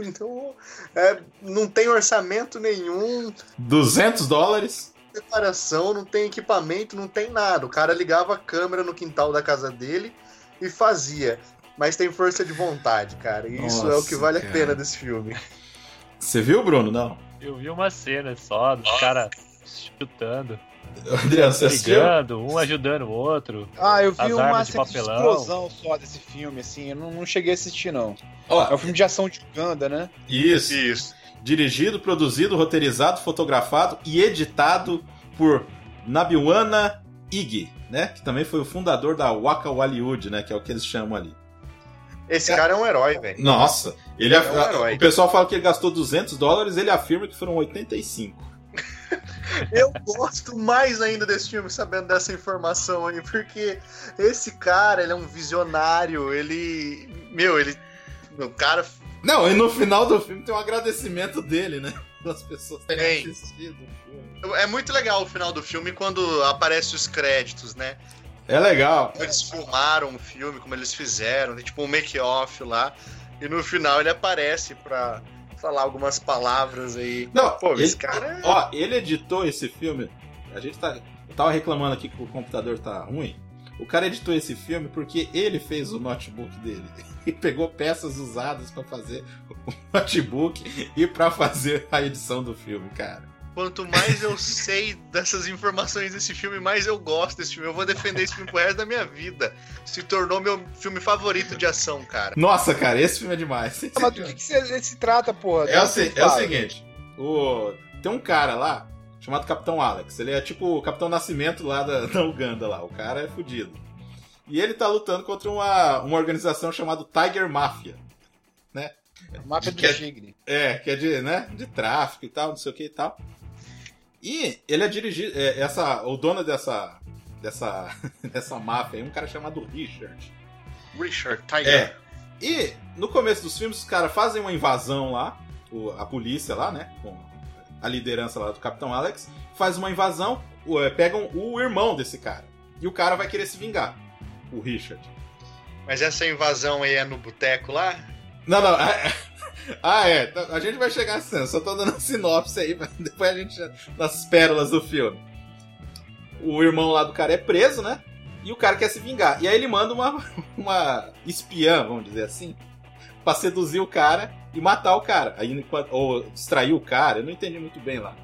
Não tem orçamento nenhum. $200? Preparação, não tem equipamento, não tem nada. O cara ligava a câmera no quintal da casa dele e fazia. Mas tem força de vontade, cara. E isso é o que vale a pena desse filme. Você viu, Bruno? Não? Eu vi uma cena só dos caras chutando. Adriano, você assistiu? Brigando, um ajudando o outro. Eu vi uma de cena de papelão. explosão só desse filme, assim. Eu não cheguei a assistir, não. Ó, é um filme de ação de Uganda, né? Isso. Dirigido, produzido, roteirizado, fotografado e editado por Nabiwana Ige, né? Que também foi o fundador da Waka Hollywood, né? Que é o que eles chamam ali. Esse cara é um herói, velho. Nossa, Ele é um herói. O pessoal fala que ele gastou $200, ele afirma que foram 85. Eu gosto mais ainda desse filme, sabendo dessa informação aí, porque esse cara, ele é um visionário, o cara... Não, e no final do filme tem um agradecimento dele, né? Das pessoas terem assistido o filme. É muito legal o final do filme quando aparecem os créditos, né? É legal. Como eles filmaram o filme, como eles fizeram, tem tipo um make-off lá, e no final ele aparece pra falar algumas palavras aí. Não, esse cara ele editou esse filme. Eu tava reclamando aqui que o computador tá ruim. O cara editou esse filme porque ele fez o notebook dele. E pegou peças usadas pra fazer o notebook e pra fazer a edição do filme, cara. Quanto mais eu sei dessas informações desse filme, mais eu gosto desse filme. Eu vou defender esse filme pro resto da minha vida. Se tornou meu filme favorito de ação, cara. Nossa, cara, esse filme é demais. Mas do que se trata, porra? É o seguinte, tem um cara lá, chamado Capitão Alex. Ele é tipo o Capitão Nascimento lá da Uganda lá. O cara é fudido. E ele tá lutando contra uma organização chamada Tiger Mafia, né? Máfia do Tigre. Que é de tráfico e tal, não sei o que e tal. E ele é dirigido... o dono dessa máfia é um cara chamado Richard. Richard Tiger. E no começo dos filmes, os caras fazem uma invasão lá, a polícia lá, né? Com a liderança lá do Capitão Alex, faz uma invasão, pegam o irmão desse cara. E o cara vai querer se vingar, o Richard. Mas essa invasão aí é no boteco lá? Não. A gente vai chegar assim, só tô dando sinopse aí, depois a gente das pérolas do filme. O irmão lá do cara é preso, né? E o cara quer se vingar. E aí ele manda uma espiã, vamos dizer assim, pra seduzir o cara e matar o cara. Ou distrair o cara, eu não entendi muito bem lá.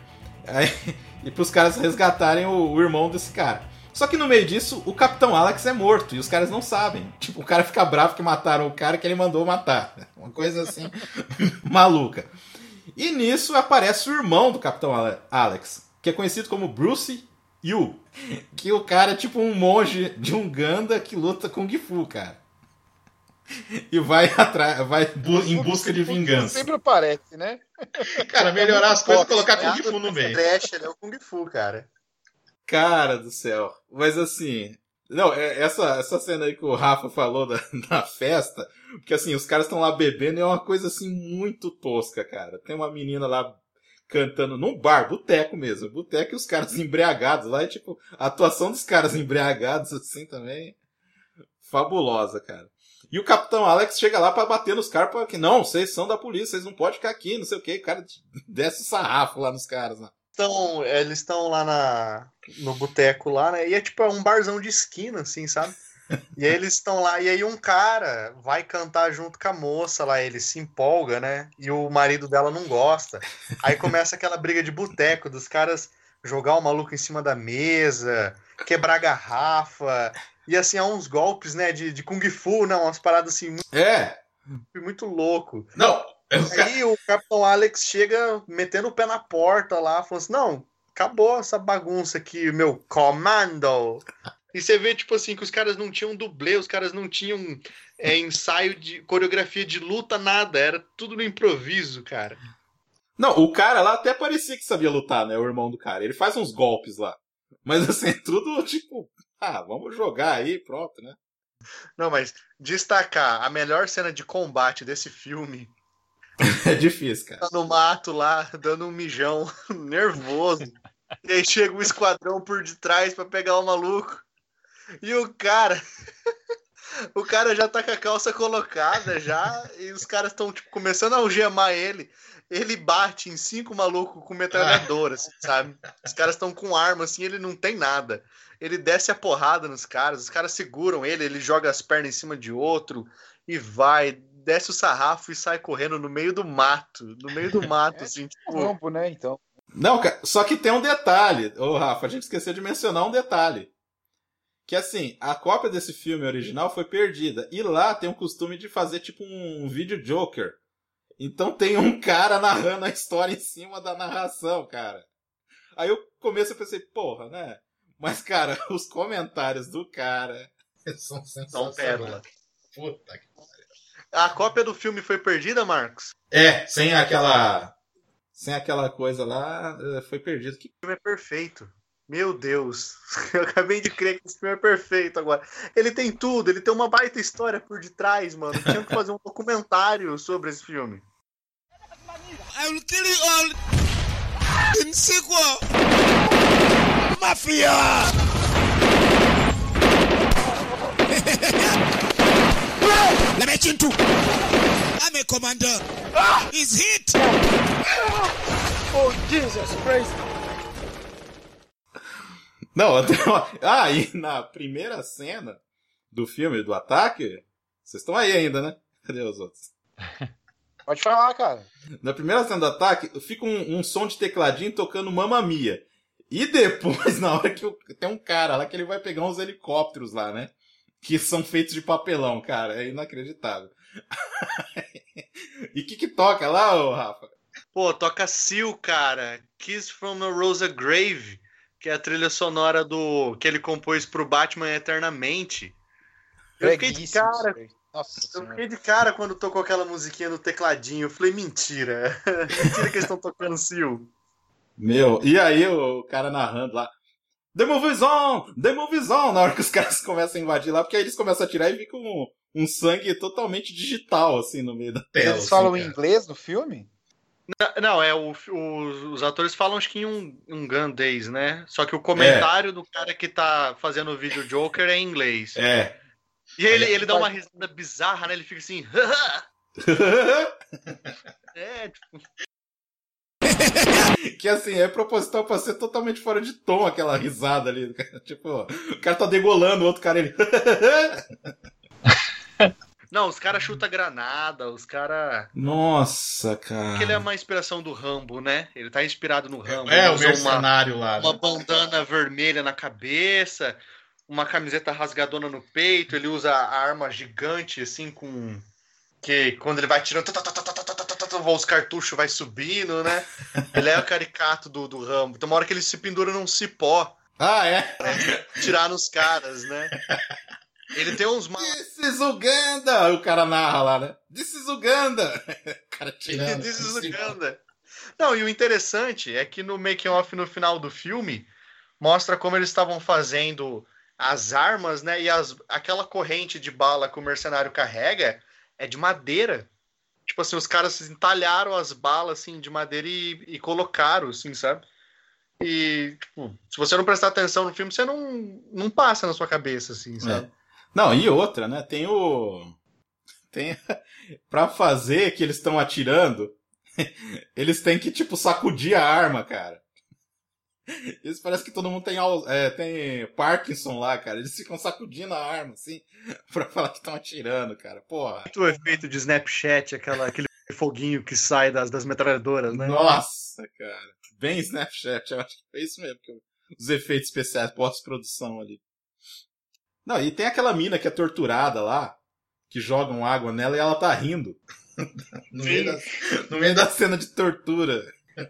E pros caras resgatarem o irmão desse cara. Só que no meio disso, o Capitão Alex é morto e os caras não sabem. Tipo, o cara fica bravo que mataram o cara que ele mandou matar. Uma coisa assim, maluca. E nisso aparece o irmão do Capitão Alex, que é conhecido como Bruce Yu. Que o cara é tipo um monge de Uganda que luta Kung Fu, cara. E vai em busca de vingança. Sempre aparece, né? Cara, melhorar as coisas e colocar Kung Fu no meio. Ele é o Kung Fu, cara. Cara do céu. Mas assim... Não, essa cena aí que o Rafa falou da festa, porque assim, os caras estão lá bebendo e é uma coisa assim muito tosca, cara. Tem uma menina lá cantando num bar, boteco mesmo. Boteco e os caras embriagados lá. E tipo, a atuação dos caras embriagados assim também... fabulosa, cara. E o Capitão Alex chega lá pra bater nos caras, porque não, vocês são da polícia, vocês não podem ficar aqui, não sei o que. O cara desce o sarrafo lá nos caras, né? Eles estão lá no boteco lá, né? E é tipo um barzão de esquina, assim, sabe? E aí eles estão lá, e aí um cara vai cantar junto com a moça lá, ele se empolga, né? E o marido dela não gosta. Aí começa aquela briga de boteco, dos caras jogar o maluco em cima da mesa, quebrar garrafa, e assim, há uns golpes, né, de Kung Fu, né? Umas paradas assim, muito louco. Não! Aí o Capitão Alex chega metendo o pé na porta lá, falando assim, não, acabou essa bagunça aqui, meu comando. E você vê, tipo assim, que os caras não tinham dublê, os caras não tinham ensaio de coreografia de luta, nada, era tudo no improviso, cara. Não, o cara lá até parecia que sabia lutar, né, o irmão do cara, ele faz uns golpes lá. Mas assim, tudo tipo, vamos jogar aí, pronto, né. Não, mas destacar a melhor cena de combate desse filme. É difícil, cara. Tá no mato lá, dando um mijão, nervoso. E aí chega um esquadrão por detrás pra pegar o maluco. E o cara já tá com a calça colocada já, e os caras estão tipo, começando a algemar ele. Ele bate em 5 malucos com metralhadora, assim, sabe? Os caras estão com arma, assim, ele não tem nada. Ele desce a porrada nos caras, os caras seguram ele joga as pernas em cima de outro e vai, desce o sarrafo e sai correndo no meio do mato. No meio do mato, assim, tipo... Campo, né, então. Não, cara, só que tem um detalhe. Ô, Rafa, a gente esqueceu de mencionar um detalhe. Que assim, a cópia desse filme original foi perdida. E lá tem um costume de fazer tipo um vídeo Joker. Então tem um cara narrando a história em cima da narração, cara. Aí eu começo a pensar, porra, né? Mas, cara, os comentários do cara são sensacionais. pérola. Puta que pariu. A cópia do filme foi perdida, Marcos? Sem aquela coisa lá, foi perdido. O filme é perfeito. Meu Deus. Eu acabei de crer que esse filme é perfeito agora. Ele tem tudo, ele tem uma baita história por detrás, mano. Tinha que fazer um documentário sobre esse filme. I will kill you all in sequel. Mafia! Let me chin too. I'm a commander. He's hit. Oh, Jesus Christ. Não, e na primeira cena do filme, do ataque, vocês estão aí ainda, né? Cadê os outros? Pode falar, cara. Na primeira cena do ataque, fica um som de tecladinho tocando Mamma Mia. E depois, na hora que tem um cara lá que ele vai pegar uns helicópteros lá, né? Que são feitos de papelão, cara. É inacreditável. E o que toca lá, ô Rafa? Pô, toca Seal, cara. Kiss from a Rosa Grave, que é a trilha sonora que ele compôs pro Batman Eternamente. Eu fiquei de cara. Nossa Eu Senhora. fiquei de cara quando tocou aquela musiquinha no tecladinho. Eu falei, mentira. Mentira que eles estão tocando Seal. Meu, e aí o cara narrando lá. The Movies On! The Movies On! Na hora que os caras começam a invadir lá, porque aí eles começam a atirar e fica um sangue totalmente digital, assim, no meio da tela. Eles falam assim, em inglês no filme? Não, os atores falam acho que em um gandês, né? Só que o comentário do cara que tá fazendo o vídeo Joker é em inglês. É. E ele dá uma risada bizarra, né? Ele fica assim... tipo... Que assim, é proposital pra ser totalmente fora de tom aquela risada ali. Tipo, o cara tá degolando o outro cara, ele... Não, os caras chutam granada, os caras... Nossa, cara. Porque ele é uma inspiração do Rambo, né? Ele tá inspirado no Rambo. É, ele o usa mercenário lá. uma bandana vermelha na cabeça, uma camiseta rasgadona no peito, ele usa a arma gigante, assim, com... Que quando ele vai tirando... Os cartuchos vai subindo, né? Ele é o caricato do Rambo. Tem uma hora que ele se pendura num cipó. Ah, é? Tirar nos caras, né? Ele tem uns... This is Uganda! O cara narra lá, né? This is Uganda! O cara tirando. This is Uganda. Não, e o interessante é que no making off no final do filme mostra como eles estavam fazendo as armas, né? E aquela corrente de bala que o mercenário carrega é de madeira. Tipo assim, os caras entalharam as balas assim, de madeira e colocaram, assim, sabe? E, tipo, se você não prestar atenção no filme, você não passa na sua cabeça, assim, sabe? É. Não, e outra, né? Tem pra fazer que eles estão atirando, eles têm que, tipo, sacudir a arma, cara. Eles parece que todo mundo tem Parkinson lá, cara. Eles ficam sacudindo a arma, assim, pra falar que estão atirando, cara. Porra. Muito efeito de Snapchat, aquele foguinho que sai das metralhadoras, né? Nossa, cara. Bem Snapchat, eu acho que foi isso mesmo. Os efeitos especiais, pós-produção ali. Não, e tem aquela mina que é torturada lá, que jogam água nela e ela tá rindo. no meio da cena de tortura.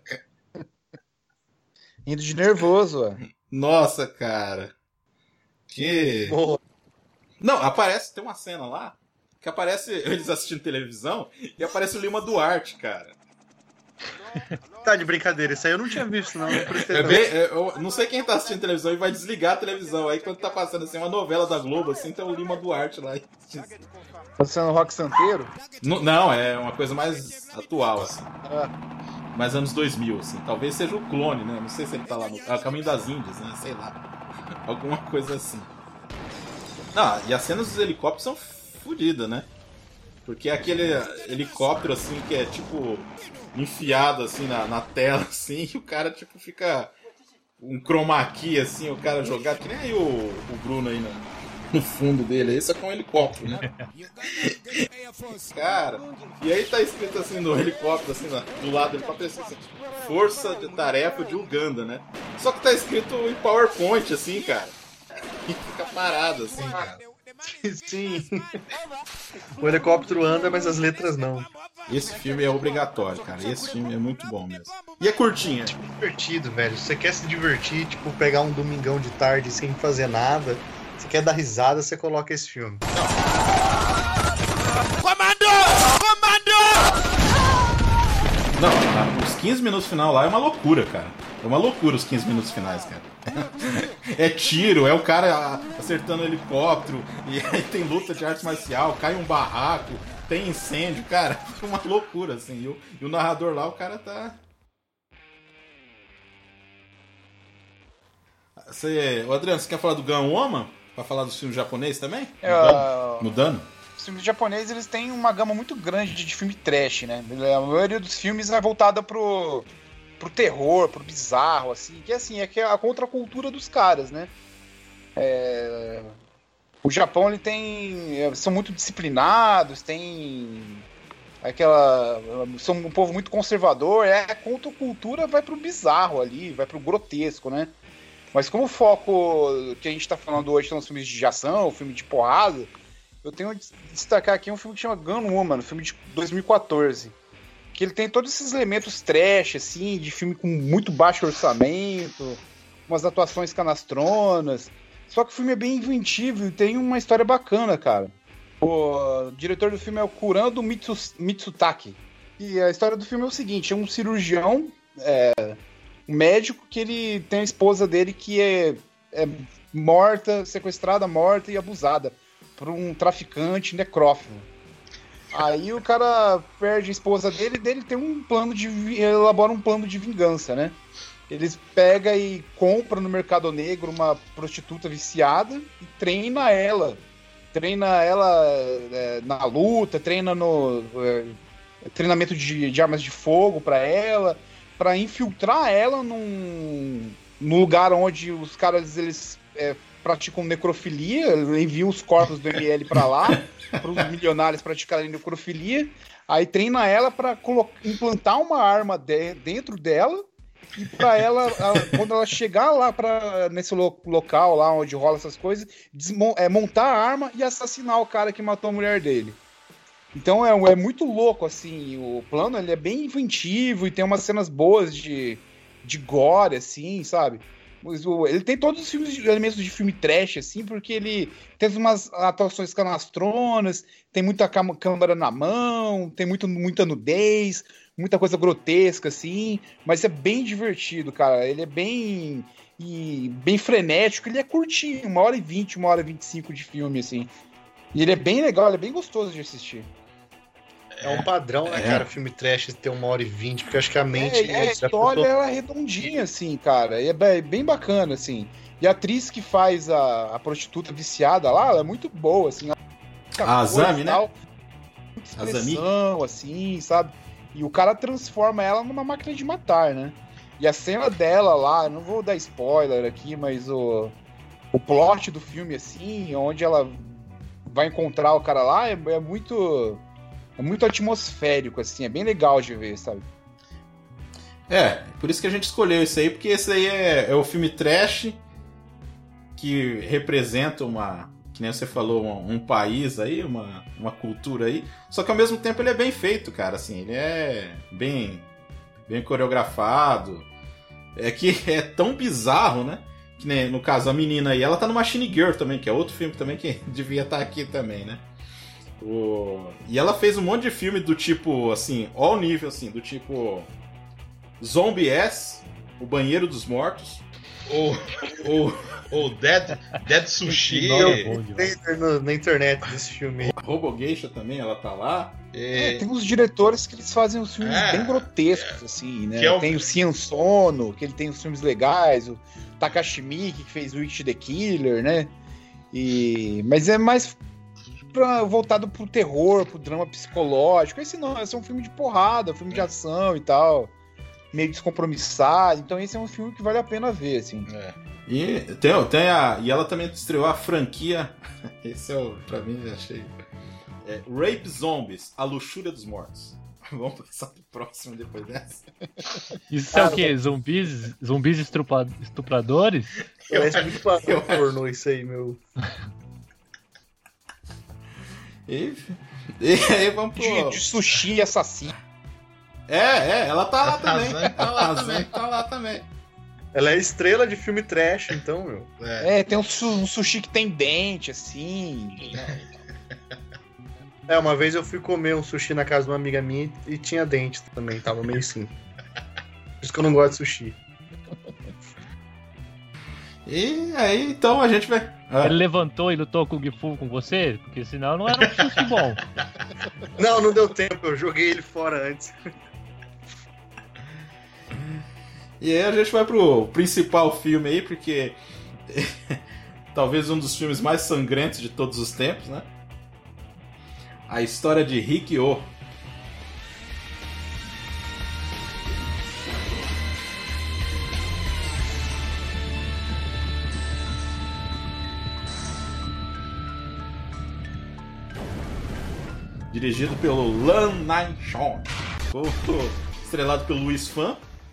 Indo de nervoso, ó. Nossa, cara. Que... Boa. Não, tem uma cena lá, que aparece eles assistindo televisão, e aparece o Lima Duarte, cara. Tá de brincadeira, isso aí eu não tinha visto, não. Eu não sei quem tá assistindo televisão e vai desligar a televisão. Aí quando tá passando assim uma novela da Globo, assim, tem o Lima Duarte lá. Tá sendo rock santeiro? Não, é uma coisa mais atual, assim. Ah. Mais anos 2000, assim. Talvez seja o clone, né? Não sei se ele tá lá no Caminho das Índias, né? Sei lá. Alguma coisa assim. Não, e as cenas dos helicópteros são fodidas, né? Porque é aquele helicóptero, assim, que é tipo enfiado, assim, na tela, assim, e o cara, tipo, fica um chroma key, assim, o cara jogado, que nem aí o Bruno aí no fundo dele, esse é com um helicóptero, né? Cara, e aí tá escrito assim no helicóptero, assim, do lado do helicóptero, assim, Força de Tarefa de Uganda, né? Só que tá escrito em PowerPoint, assim, cara. E fica parado, assim, cara. Sim. O helicóptero anda, mas as letras não. Esse filme é obrigatório, cara. Esse filme é muito bom mesmo. E é curtinho. É divertido, velho. Se você quer se divertir, tipo, pegar um domingão de tarde sem fazer nada, você quer dar risada, você coloca esse filme. Não, os 15 minutos final lá é uma loucura, cara. É uma loucura os 15 minutos finais, cara. É tiro, é o cara acertando helicóptero, e aí tem luta de arte marcial, cai um barraco, tem incêndio, cara. É uma loucura, assim. E o narrador lá, o cara tá... O Adriano, você quer falar do Gun Woman? Pra falar dos filmes japoneses também? Mudando? Os filmes japoneses, eles têm uma gama muito grande de filme trash, né? A maioria dos filmes é voltada pro terror, pro bizarro, assim, que é a contracultura dos caras, né? O Japão, ele tem... São muito disciplinados, são um povo muito conservador, a contracultura vai pro bizarro ali, vai pro grotesco, né? Mas como o foco que a gente tá falando hoje são os filmes de ação, filme de porrada, eu tenho que destacar aqui um filme que chama Gun Woman, um filme de 2014. Que ele tem todos esses elementos trash, assim, de filme com muito baixo orçamento, umas atuações canastronas. Só que o filme é bem inventivo e tem uma história bacana, cara. O diretor do filme é o Kurando Mitsutake. E a história do filme é o seguinte, é um cirurgião, um médico que ele tem a esposa dele que é morta, sequestrada, morta e abusada por um traficante necrófilo. Aí o cara perde a esposa dele tem elabora um plano de vingança, né? Eles pegam e compram no mercado negro uma prostituta viciada e treina ela na luta, treina no treinamento de armas de fogo pra ela, pra infiltrar ela num lugar onde os caras eles praticam necrofilia, enviam os corpos do ML pra lá, para os milionários praticarem necrofilia, aí treina ela para implantar uma arma dentro dela, e para ela, quando ela chegar lá nesse local lá onde rola essas coisas, montar a arma e assassinar o cara que matou a mulher dele. Então é muito louco, assim, o plano ele é bem inventivo e tem umas cenas boas de gore, assim, sabe? Ele tem todos os elementos de filme trash, assim, porque ele tem umas atuações canastronas, tem muita câmera na mão, tem muita nudez, muita coisa grotesca, assim, mas é bem divertido, cara. Ele é bem frenético, ele é curtinho, 1h20, 1h25 de filme, assim. E ele é bem legal, ele é bem gostoso de assistir. É um padrão, né, cara, filme trash ter 1h20, porque eu acho que a mente... a história ela é redondinha, assim, cara, e é bem bacana, assim. E a atriz que faz a prostituta viciada lá, ela é muito boa, assim. A Azami, né? Muita expressão, assim, sabe? E o cara transforma ela numa máquina de matar, né? E a cena dela lá, não vou dar spoiler aqui, mas o plot do filme, assim, onde ela vai encontrar o cara lá, é muito atmosférico, assim, é bem legal de ver, sabe? Por isso que a gente escolheu esse aí, porque esse aí é o filme trash que representa que nem você falou, um país aí, uma cultura aí, só que ao mesmo tempo ele é bem feito, cara, assim, ele é bem coreografado, que é tão bizarro, né, que nem, no caso, a menina aí, ela tá no Machine Girl também, que é outro filme também que devia estar aqui também, né. E ela fez um monte de filme do tipo, assim, all nível, assim, do tipo Zombie S, O Banheiro dos Mortos. O Dead Sushi. Na internet desse filme. Robogeisha também, ela tá lá. Tem uns diretores que eles fazem uns filmes bem grotescos, assim, né? Tem o Cian Sono, que ele tem uns filmes legais, o Takashi Miike, que fez Witch the Killer, né? Mas é mais voltado pro terror, pro drama psicológico. Esse não, esse é um filme de porrada, um filme de ação e tal, meio descompromissado. Então esse é um filme que vale a pena ver, assim. E ela também estreou a franquia. Esse é pra mim, já achei. Rape Zombies, A Luxúria dos Mortos. Vamos passar pro próximo depois dessa. Isso é o quê? Zumbis estupradores? Parece muito pornô isso aí, meu. E aí vamos pro... De sushi assassino. Ela tá lá também. Tá lá também. Ela é estrela de filme trash, então, meu. Tem um sushi que tem dente, assim. Uma vez eu fui comer um sushi na casa de uma amiga minha e tinha dente também, tava meio assim. Por isso que eu não gosto de sushi. E aí, então a gente vai... Ele levantou e lutou com o Gifu com você? Porque senão não era um sushi bom. Não deu tempo, eu joguei ele fora antes. E aí a gente vai pro principal filme aí, porque talvez um dos filmes mais sangrentos de todos os tempos, né? A História de Riki-Oh. Dirigido pelo Lan Nai-shon. Estrelado pelo Louis Fan.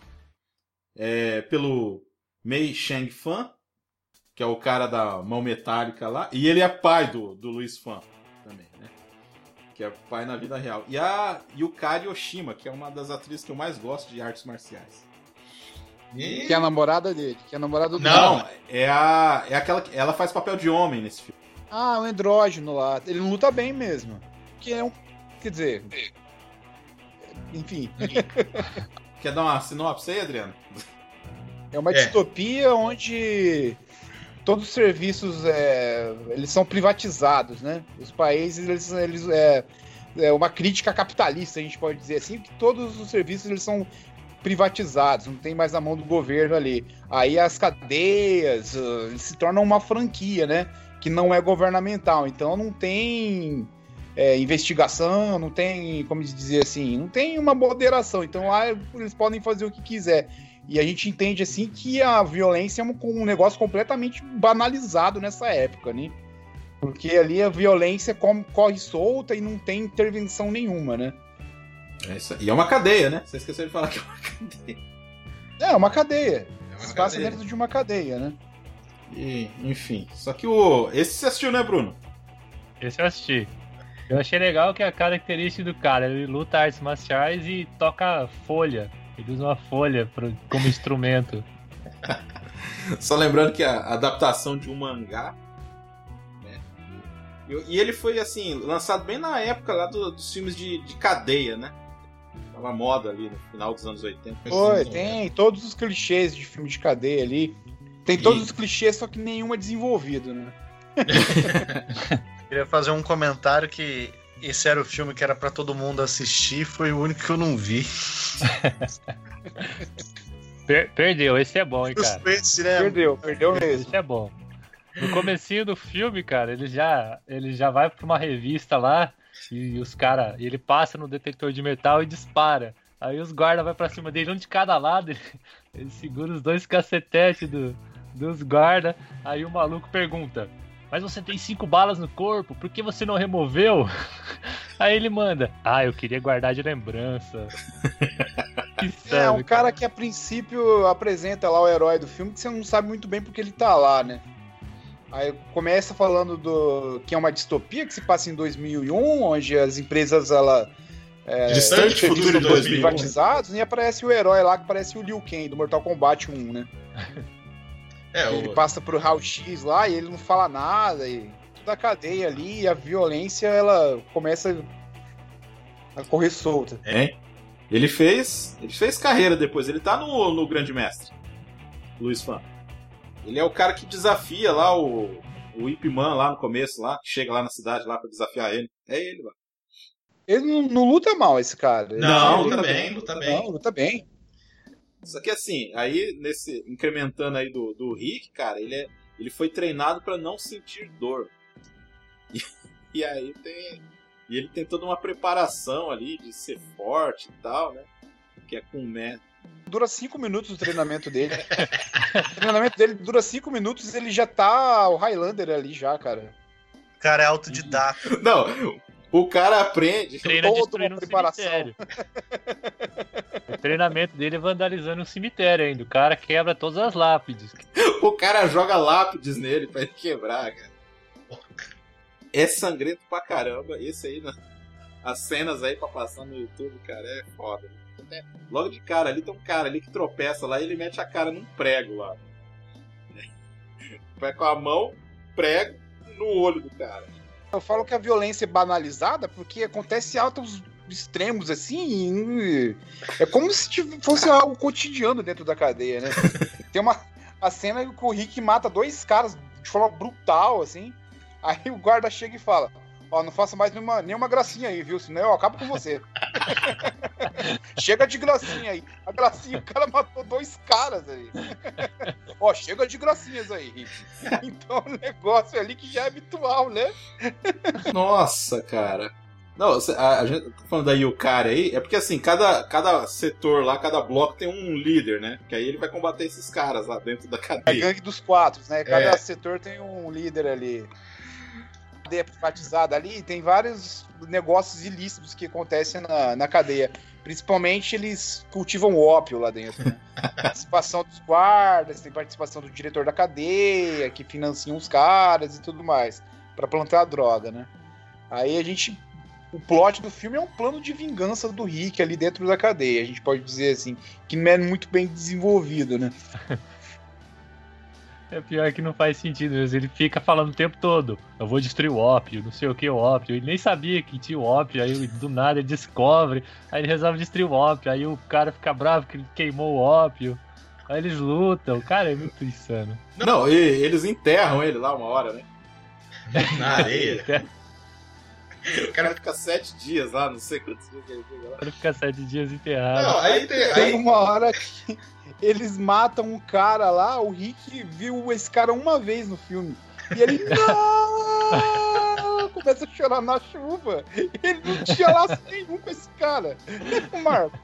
Pelo Mei Cheng-fan, que é o cara da mão metálica lá. E ele é pai do Louis Fan também, né? Que é pai na vida real. E a Yukari Oshima, que é uma das atrizes que eu mais gosto de artes marciais. Que é a namorada dele. Que é a namorada do Não, é aquela que ela faz papel de homem nesse filme. O andrógeno lá. Ele não luta bem mesmo. Que é um... Quer dizer... Enfim. Quer dar uma sinopse aí, Adriano? É uma distopia onde todos os serviços eles são privatizados, né? Os países, eles é uma crítica capitalista, a gente pode dizer assim, que todos os serviços eles são privatizados, não tem mais na mão do governo ali. Aí as cadeias se tornam uma franquia, né? Que não é governamental, então não tem investigação, não tem, como dizer assim, não tem uma moderação, então lá eles podem fazer o que quiser. E a gente entende assim que a violência é um negócio completamente banalizado nessa época, né? Porque ali a violência corre solta e não tem intervenção nenhuma, né? E é uma cadeia, né? Você esqueceu de falar que é uma cadeia. É uma cadeia. Se passa dentro de uma cadeia, né? E, enfim. Só que esse você assistiu, né, Bruno? Esse eu assisti. Eu achei legal que a característica do cara, ele luta artes marciais e toca folha. Ele usa uma folha como instrumento. Só lembrando que a adaptação de um mangá, né? E ele foi assim lançado bem na época lá dos filmes de cadeia, né? Tava moda ali no final dos anos 80. Tem todos os clichês de filme de cadeia ali. Tem todos os clichês, só que nenhum é desenvolvido, né? Queria fazer um comentário que esse era o filme que era pra todo mundo assistir, foi o único que eu não vi. Perdeu, esse é bom, hein, cara? Perdeu mesmo. Esse é bom. No comecinho do filme, cara, ele já vai pra uma revista lá e os caras, ele passa no detector de metal e dispara. Aí os guardas vai pra cima dele, um de cada lado, ele segura os dois cacetetes dos guardas. Aí o maluco pergunta: mas você tem 5 balas no corpo, por que você não removeu? Aí ele manda: eu queria guardar de lembrança. É um cara que a princípio apresenta lá o herói do filme, que você não sabe muito bem porque ele tá lá, né? Aí começa falando que é uma distopia que se passa em 2001, onde as empresas, distante futuro de 2001, privatizados, e aparece o herói lá, que parece o Liu Kang, do Mortal Kombat 1, né? Ele passa pro raio-x lá e ele não fala nada, e toda a cadeia ali, e a violência, ela começa a correr solta. E Ele fez carreira depois. Ele tá no Grande Mestre, Luiz Fan. Ele é o cara que desafia lá o Ip Man lá no começo, lá, que chega lá na cidade lá pra desafiar ele. É ele lá. Ele não luta mal, esse cara. Luta bem. Não, luta bem. Só que assim, aí, incrementando aí do Rick, cara, ele foi treinado pra não sentir dor. E aí ele tem toda uma preparação ali de ser forte e tal, né? Que é com o Man. Dura 5 minutos o treinamento dele. O treinamento dele dura 5 minutos e ele já tá o Highlander ali já, cara. O cara é autodidata. Não, o cara aprende. Treina toda destruindo uma um preparação. cemitério. O treinamento dele é vandalizando um cemitério ainda. O cara quebra todas as lápides. O cara joga lápides nele pra ele quebrar, cara. É sangrento pra caramba. Esse aí, as cenas aí pra passar no YouTube, cara, é foda. Logo de cara ali, tem um cara ali que tropeça lá e ele mete a cara num prego lá. Vai com a mão, prego no olho do cara. Eu falo que a violência é banalizada porque acontece altos extremos assim. E é como se fosse algo cotidiano dentro da cadeia, né? Tem a cena que o Rick mata 2 caras de forma brutal, assim. Aí o guarda chega e fala: ó, não faça mais nenhuma gracinha aí, viu? Senão eu acabo com você. Chega de gracinha aí. A gracinha, o cara matou 2 caras aí. Ó, chega de gracinhas aí, Rick. Então o negócio ali que já é habitual, né? Nossa, cara. Não, a gente tá falando da Yukari aí, é porque assim, cada setor lá, cada bloco tem um líder, né? Que aí ele vai combater esses caras lá dentro da É a cadeia. gangue dos 4, né? Cada setor tem um líder ali. Cadeia privatizada ali, tem vários negócios ilícitos que acontecem na cadeia. Principalmente eles cultivam ópio lá dentro, né? Participação dos guardas, tem participação do diretor da cadeia, que financiam os caras e tudo mais, pra plantar droga, né? Aí o plot do filme é um plano de vingança do Rick ali dentro da cadeia, a gente pode dizer assim, que não é muito bem desenvolvido, né? É pior que não faz sentido mesmo. Ele fica falando o tempo todo: eu vou destruir o ópio, não sei o que o ópio. Ele nem sabia que tinha o ópio, aí do nada ele descobre, aí ele resolve destruir o ópio, aí o cara fica bravo que ele queimou o ópio, aí eles lutam. Cara, é muito insano. Não, e eles enterram ele lá uma hora, né? Na areia. O cara fica 7 dias lá, não sei quantos dias ele fica lá. Ele fica 7 dias enterrado. Não, aí Tem uma hora que eles matam um cara lá, o Rick viu esse cara uma vez no filme. E ele não! Começa a chorar na chuva. Ele não tinha laço nenhum com esse cara. O Marco.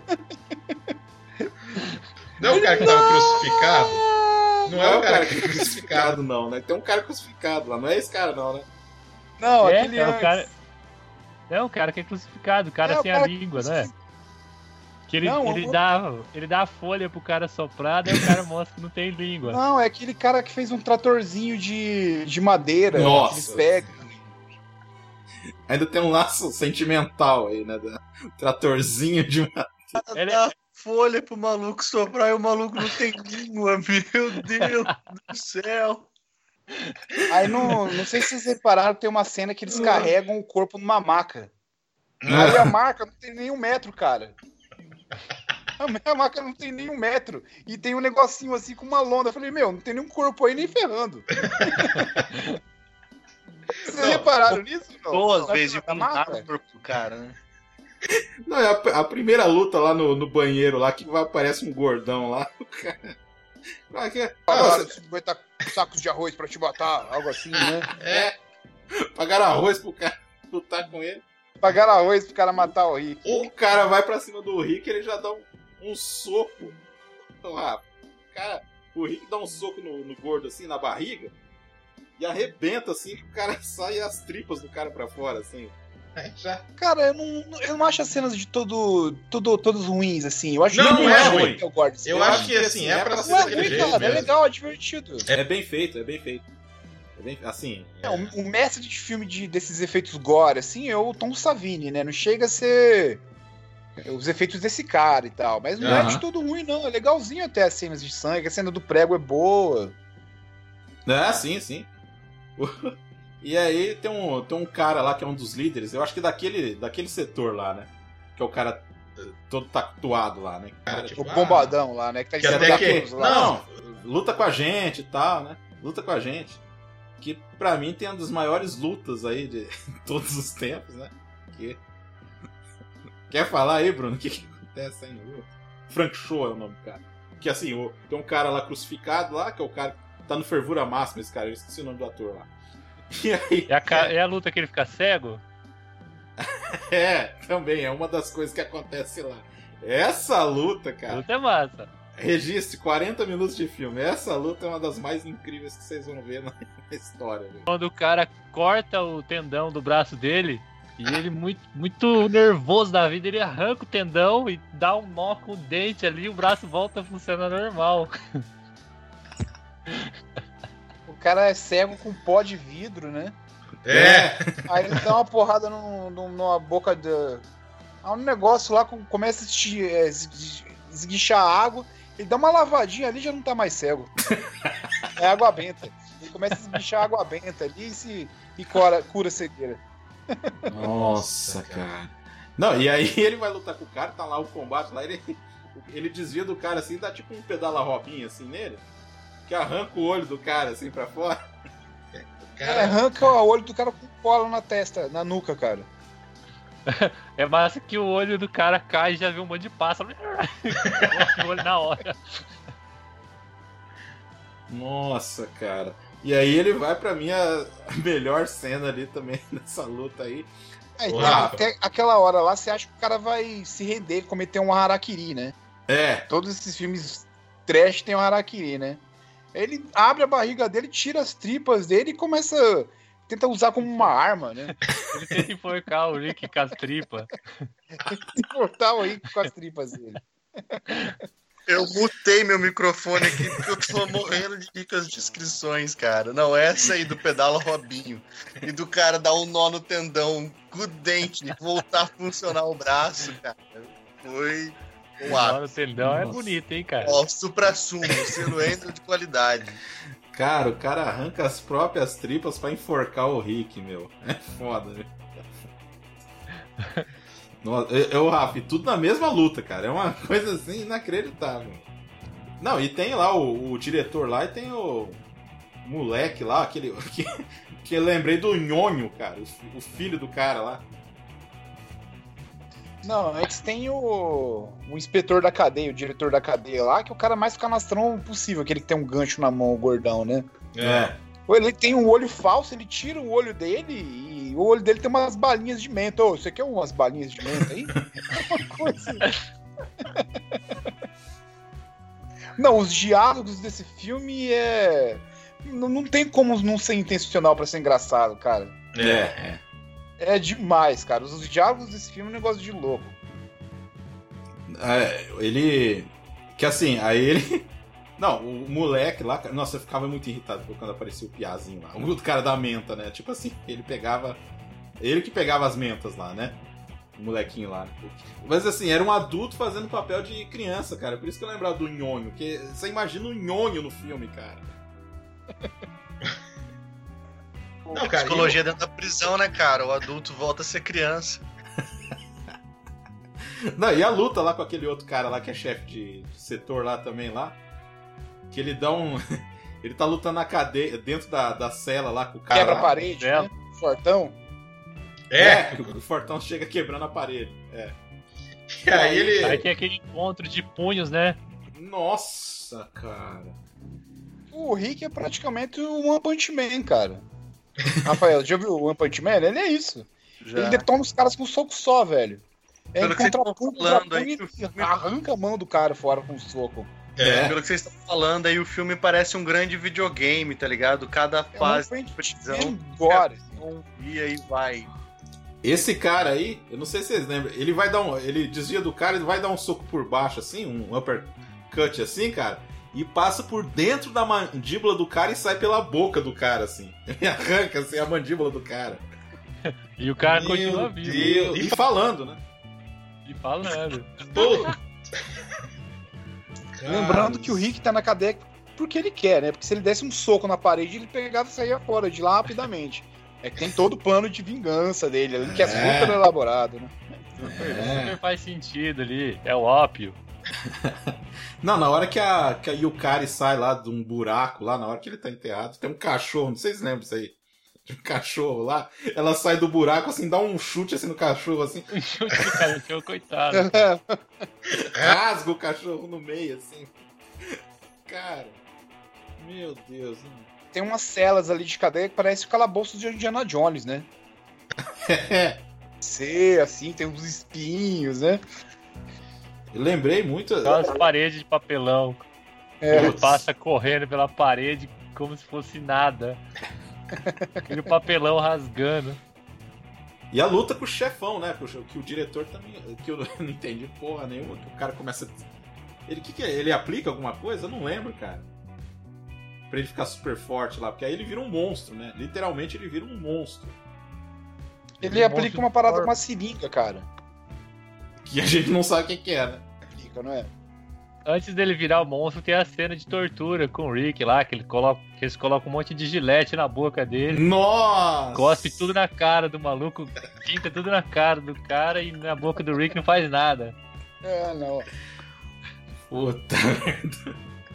Não é o cara que tava crucificado? Não é o cara que é crucificado, não, né? Tem um cara crucificado lá, não é esse cara, não, né? Não, aquele o cara. É o cara que é crucificado, o cara sem a língua, né? Que ele dá a folha pro cara soprar, daí o cara mostra que não tem língua. Não, é aquele cara que fez um tratorzinho de madeira. Nossa. Que eles pegam. Ainda tem um laço sentimental aí, né? Tratorzinho de madeira. Dá folha pro maluco soprar e o maluco não tem língua, meu Deus do céu. Aí não sei se vocês repararam, tem uma cena que eles carregam o corpo numa maca. Aí a maca não tem nem 1 metro, cara. A maca não tem nem 1 metro. E tem um negocinho assim com uma lona. Eu falei, meu, não tem nenhum corpo aí nem ferrando. Vocês repararam nisso? Não? Às vezes de matar o corpo do cara, né? Não, é a primeira luta lá no banheiro lá, que aparece um gordão lá. O cara... Pagaram 50 sacos de arroz pra te matar, algo assim, né? Pagaram arroz pro cara lutar com ele. Pagaram arroz pro cara matar o Rick. O cara vai pra cima do Rick, ele já dá um soco lá. Cara, o Rick dá um soco no gordo assim, na barriga, e arrebenta assim, que o cara sai as tripas do cara pra fora, assim. Cara, eu não acho as cenas de todos ruins, assim. Eu acho não é ruim. Eu acho que assim, é pra ser daquele jeito. Cara, é legal, é divertido. É bem feito, é bem feito. Assim. O mestre de filme desses efeitos gore, assim, é o Tom Savini, né? Não chega a ser os efeitos desse cara e tal. Mas não é de todo ruim, não. É legalzinho até as cenas de sangue, a cena do prego é boa. Sim. E aí tem um cara lá que é um dos líderes, eu acho que daquele setor lá, né? Que é o cara todo tatuado lá, né? Cara, tipo, O bombadão lá, né? Que tá que em até Santa que- Cruz lá. Não, luta com a gente e tal, né? Luta com a gente. Que pra mim tem uma das maiores lutas aí de todos os tempos, né? Quer falar aí, Bruno? O que acontece aí no luta? Frank Show é o nome do cara. Que assim, tem um cara lá crucificado lá, que é o cara que tá no fervura máxima, esse cara, eu esqueci o nome do ator lá. E aí, É a luta que ele fica cego? também é uma das coisas que acontece lá. Essa luta, A cara, luta é massa. registre 40 minutos de filme. Essa luta é uma das mais incríveis que vocês vão ver na história. Viu? Quando o cara corta o tendão do braço dele, e ele muito nervoso da vida, ele arranca o tendão e dá um nó com o dente ali e o braço volta a funcionar normal. O cara é cego com pó de vidro, né? Aí ele dá uma porrada numa boca de. Há um negócio lá, começa a esguichar água, ele dá uma lavadinha ali e já não tá mais cego. É água benta. Ele começa a esguichar água benta ali e cura a cegueira. Nossa, cara. Não, e aí ele vai lutar com o cara, tá lá o combate, lá ele desvia do cara assim, dá tipo um pedala-robinha assim nele, que arranca o olho do cara assim pra fora. Arranca o olho do cara com cola na testa, na nuca, cara. É massa que o olho do cara cai e já vê um monte de pássaro. O olho na hora. Nossa, cara. E aí ele vai pra mim a melhor cena ali também nessa luta aí. Então, até aquela hora lá, você acha que o cara vai se render, cometer um harakiri, né? Todos esses filmes trash tem um harakiri, né? Ele abre a barriga dele, tira as tripas dele e tenta usar como uma arma, né? Ele tenta enforcar o Rick com as tripas. Enforcar o Rick com as tripas dele. Eu mutei meu microfone aqui porque eu tô morrendo de dicas de inscrições, cara. Não, essa aí do pedala Robinho. E do cara dar um nó no tendão com o dente e voltar a funcionar o braço, cara. Foi o nó no tendão é bonito, hein, cara? Ó, supra-sumo, selo Ender de qualidade. Cara, o cara arranca as próprias tripas pra enforcar o Rick, meu. É foda, né? Ô, Rafa, tudo na mesma luta, cara. É uma coisa assim inacreditável. Não, e tem lá o diretor lá e tem o moleque lá, aquele que eu lembrei do Nhonho, cara, o filho do cara lá. Não, antes tem o inspetor da cadeia, o diretor da cadeia lá, que é o cara mais canastrão possível, aquele que tem um gancho na mão, o gordão, né? Ele tem um olho falso, ele tira o olho dele e o olho dele tem umas balinhas de menta. Ô, você quer umas balinhas de menta aí? Uma coisa. Não, os diálogos desse filme não tem como não ser intencional pra ser engraçado, cara. É demais, cara. Os diálogos desse filme é um negócio de louco. Ele... Que assim, aí ele... Não, o moleque lá... Nossa, eu ficava muito irritado quando aparecia o piazinho lá. O cara da menta, né? Tipo assim, ele que pegava as mentas lá, né? O molequinho lá. Mas assim, era um adulto fazendo papel de criança, cara. Por isso que eu lembrava do Nhonho. Que você imagina o Nhonho no filme, cara. Não, cara, psicologia dentro da prisão, né, cara? O adulto volta a ser criança. Não, e a luta lá com aquele outro cara lá que é chefe de setor lá também lá. Que ele dá um... Ele tá lutando na cadeia, dentro da cela lá com o cara. Quebra a parede, né? Fortão. O Fortão chega quebrando a parede. E aí Aí tem aquele encontro de punhos, né? Nossa, cara. O Rick é praticamente o One Punch Man, cara. Rafael, já viu o One Punch Man? Ele é isso. Já. Ele detona os caras com um soco só, velho. Pelo que vocês arranca a mão do cara fora com um soco. Pelo que vocês estão falando aí, o filme parece um grande videogame, tá ligado? Cada fase de prisão. E aí vai. Esse cara aí, eu não sei se vocês lembram, ele desvia do cara, ele vai dar um soco por baixo assim, um uppercut assim, cara, e passa por dentro da mandíbula do cara e sai pela boca do cara, assim. Ele arranca assim a mandíbula do cara. E o cara continua vivo. E falando, né? E falando. Lembrando que o Rick tá na cadeia porque ele quer, né? Porque se ele desse um soco na parede, ele pegava e saía fora de lá rapidamente. É que tem todo o plano de vingança dele, ele quer super elaborado, né? Super faz sentido ali. É o ópio. Não, na hora que a Yukari sai lá de um buraco, lá na hora que ele tá enterrado, tem um cachorro, não sei se lembram disso aí. Tem um cachorro lá, ela sai do buraco, assim, dá um chute assim no cachorro, assim. Um chute no cachorro, coitado. Rasga o cachorro no meio, assim. Cara, meu Deus. Tem umas celas ali de cadeia que parece o calabouço de Indiana Jones, né? Ser assim, tem uns espinhos, né? Eu lembrei muito. Aquelas paredes de papelão. Ele passa correndo pela parede como se fosse nada. Aquele papelão rasgando. E a luta com o chefão, né? Que o diretor também. Que eu não entendi porra nenhuma. Que o cara começa. Ele que é? Ele aplica alguma coisa? Eu não lembro, cara. Pra ele ficar super forte lá. Porque aí ele vira um monstro, né? Literalmente ele vira um monstro. Ele aplica uma parada com uma seringa, cara. Que a gente não sabe o que é, né? Aplica, não é? Antes dele virar o monstro, tem a cena de tortura com o Rick lá, que eles colocam um monte de gilete na boca dele. Nossa! Cospe tudo na cara do maluco, pinta tudo na cara do cara e na boca do Rick não faz nada. Não. Puta merda.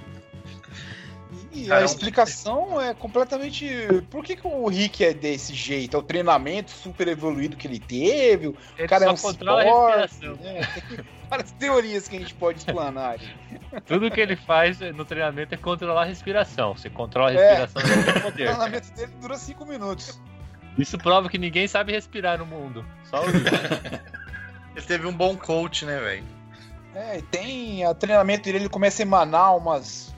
E a explicação é completamente... Por que o Rick é desse jeito? É o treinamento super evoluído que ele teve? O cara é um esporte, né? Tem várias teorias que a gente pode explanar. Tudo que ele faz no treinamento é controlar a respiração. Você controla a respiração, você tem poder. O treinamento dele dura 5 minutos. Isso prova que ninguém sabe respirar no mundo. Só o Rick. Ele teve um bom coach, né, velho? Tem o treinamento dele, ele começa a emanar uma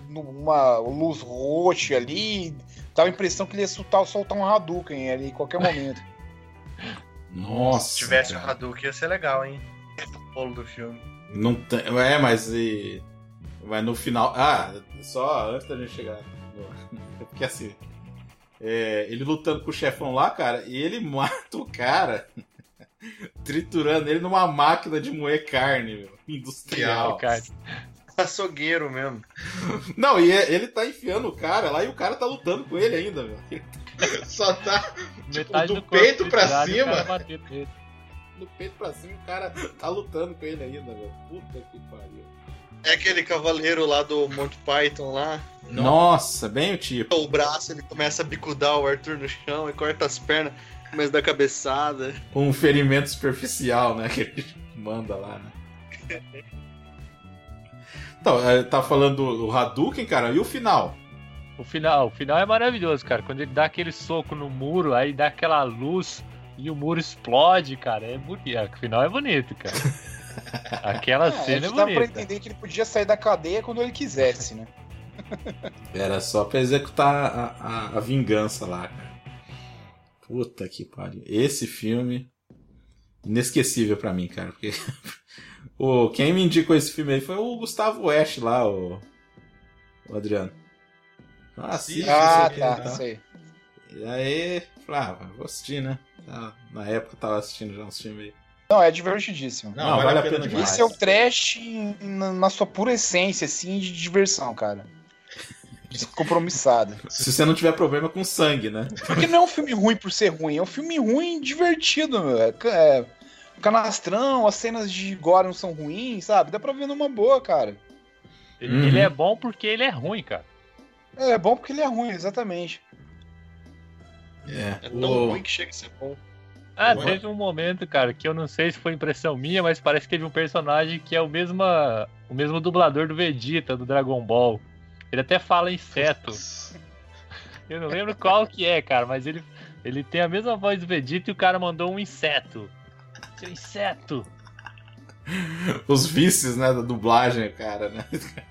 luz roxa ali. Dava a impressão que ele ia soltar um Hadouken ali em qualquer momento. Nossa. Se tivesse um Hadouken ia ser legal, hein? O bolo do filme. Não tem. Mas no final. Só antes da gente chegar. Porque assim. Ele lutando com o chefão lá, cara, e ele mata o cara triturando ele numa máquina de moer carne, meu, industrial. Açougueiro mesmo. Não, e ele tá enfiando o cara lá e o cara tá lutando com ele ainda, meu. Só tá Metade do peito pra cima. Do peito pra cima o cara tá lutando com ele ainda, meu. Puta que pariu. É aquele cavaleiro lá do Monty Python lá. Nossa, bem o tipo. O braço, ele começa a bicudar o Arthur no chão e corta as pernas, começa a dar cabeçada. Um ferimento superficial, né? Que ele manda lá, né? Então, tá falando do Hadouken, cara, e o final? O final é maravilhoso, cara. Quando ele dá aquele soco no muro, aí dá aquela luz e o muro explode, cara. É bonito. O final é bonito, cara. Aquela cena é bonita. Dá pra entender que ele podia sair da cadeia quando ele quisesse, né? Era só pra executar a vingança lá, cara. Puta que pariu. Esse filme inesquecível pra mim, cara. Porque quem me indicou esse filme aí foi o Gustavo West lá, o Adriano. Tá, sei. E aí, falei, vou assistir, né? Na época eu tava assistindo já uns filmes aí. Não, é divertidíssimo. Não, vale a pena demais. Esse é o trash na sua pura essência, assim, de diversão, cara. Descompromissada. Se você não tiver problema com sangue, né? Porque não é um filme ruim por ser ruim, é um filme ruim divertido, meu. Canastrão, as cenas de gore não são ruins, sabe? Dá pra ver numa boa, cara. Ele é bom porque ele é ruim, cara. É bom porque ele é ruim, exatamente. É tão ruim que chega a ser bom. Teve um momento, cara, que eu não sei se foi impressão minha, mas parece que teve um personagem que é o mesmo dublador do Vegeta, do Dragon Ball. Ele até fala inseto. Eu não lembro qual que é, cara, mas ele tem a mesma voz do Vegeta e o cara mandou um inseto. Seu inseto! Os vícios, né, da dublagem, cara, né?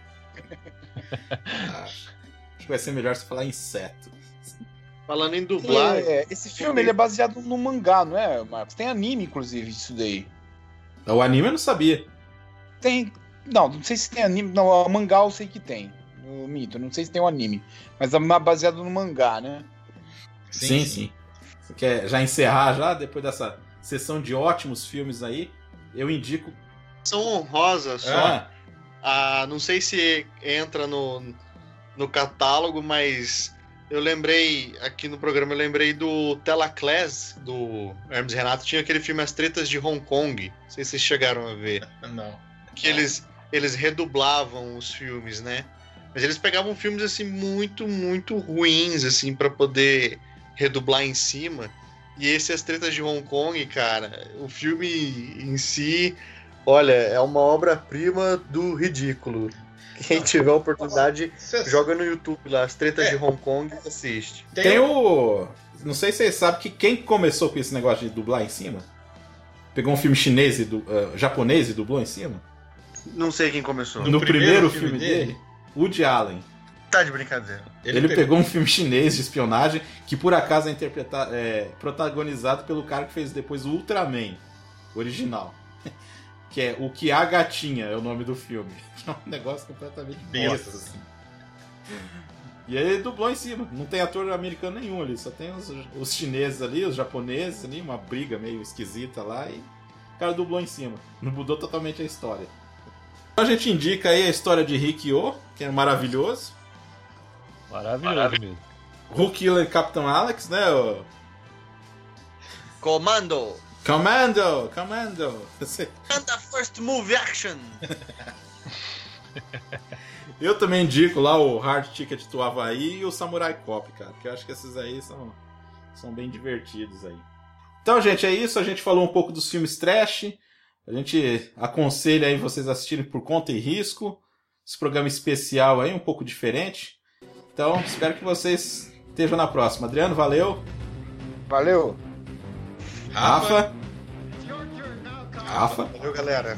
Acho que vai ser melhor você falar inseto. Falando em dublagem... esse filme ele é baseado no mangá, não é, Marcos? Tem anime, inclusive, disso daí. O anime eu não sabia. Tem... Não sei se tem anime... Não, o mangá eu sei que tem. O mito, não sei se tem um anime. Mas é baseado no mangá, né? Sim. Você quer já encerrar já, depois dessa sessão de ótimos filmes aí? Eu indico... São honrosas só. Não sei se entra no catálogo, mas... Eu lembrei, aqui no programa, eu lembrei do Telaclass, do Hermes e Renato. Tinha aquele filme As Tretas de Hong Kong. Não sei se vocês chegaram a ver. Não. Que eles redublavam os filmes, né? Mas eles pegavam filmes, assim, muito, muito ruins, assim, pra poder redublar em cima. E esse As Tretas de Hong Kong, cara, o filme em si, olha, é uma obra-prima do ridículo. Quem tiver a oportunidade, joga no YouTube lá, As Tretas de Hong Kong e assiste. Tem o... Não sei se vocês sabem que quem começou com esse negócio de dublar em cima? Pegou um filme chinês e japonês e dublou em cima? Não sei quem começou. No primeiro filme dele, Woody Allen. Tá de brincadeira. Ele pegou um filme chinês de espionagem que por acaso é protagonizado pelo cara que fez depois o Ultraman original. Que é O Que a Gatinha, é o nome do filme. É um negócio completamente besta, assim. E aí ele dublou em cima. Não tem ator americano nenhum ali. Só tem os chineses ali, os japoneses ali, uma briga meio esquisita lá. E o cara dublou em cima. Não mudou totalmente a história. Então a gente indica aí a história de Riki-Oh, que é maravilhoso. Maravilhoso mesmo. Who Killed Captain Alex, né? Comando! Commando! And the first move action! Eu também indico lá o Hard Ticket to Havaí e o Samurai Cop, cara. Que eu acho que esses aí são bem divertidos aí. Então, gente, é isso. A gente falou um pouco dos filmes trash. A gente aconselha aí vocês assistirem por conta e risco. Esse programa especial aí, um pouco diferente. Então, espero que vocês estejam na próxima. Adriano, valeu. Valeu. Rafa. Valeu, galera.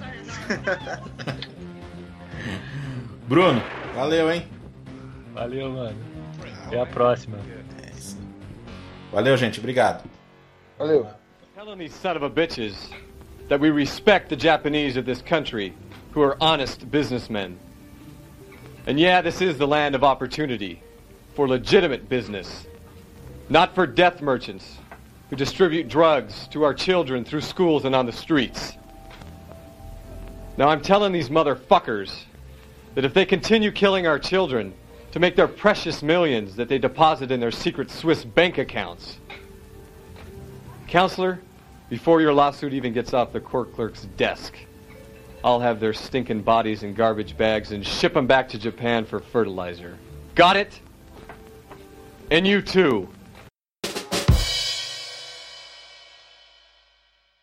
Bruno, valeu, hein? Valeu, mano. Até a próxima. Valeu, gente. Obrigado. Valeu. Telling these son of a bitches that we respect the Japanese of this country who are honest businessmen. And yeah, this is the land of opportunity for legitimate business, not for death merchants who distribute drugs to our children through schools and on the streets. Now I'm telling these motherfuckers that if they continue killing our children to make their precious millions that they deposit in their secret Swiss bank accounts, Counselor, before your lawsuit even gets off the court clerk's desk, I'll have their stinking bodies in garbage bags and ship them back to Japan for fertilizer. Got it? And you too.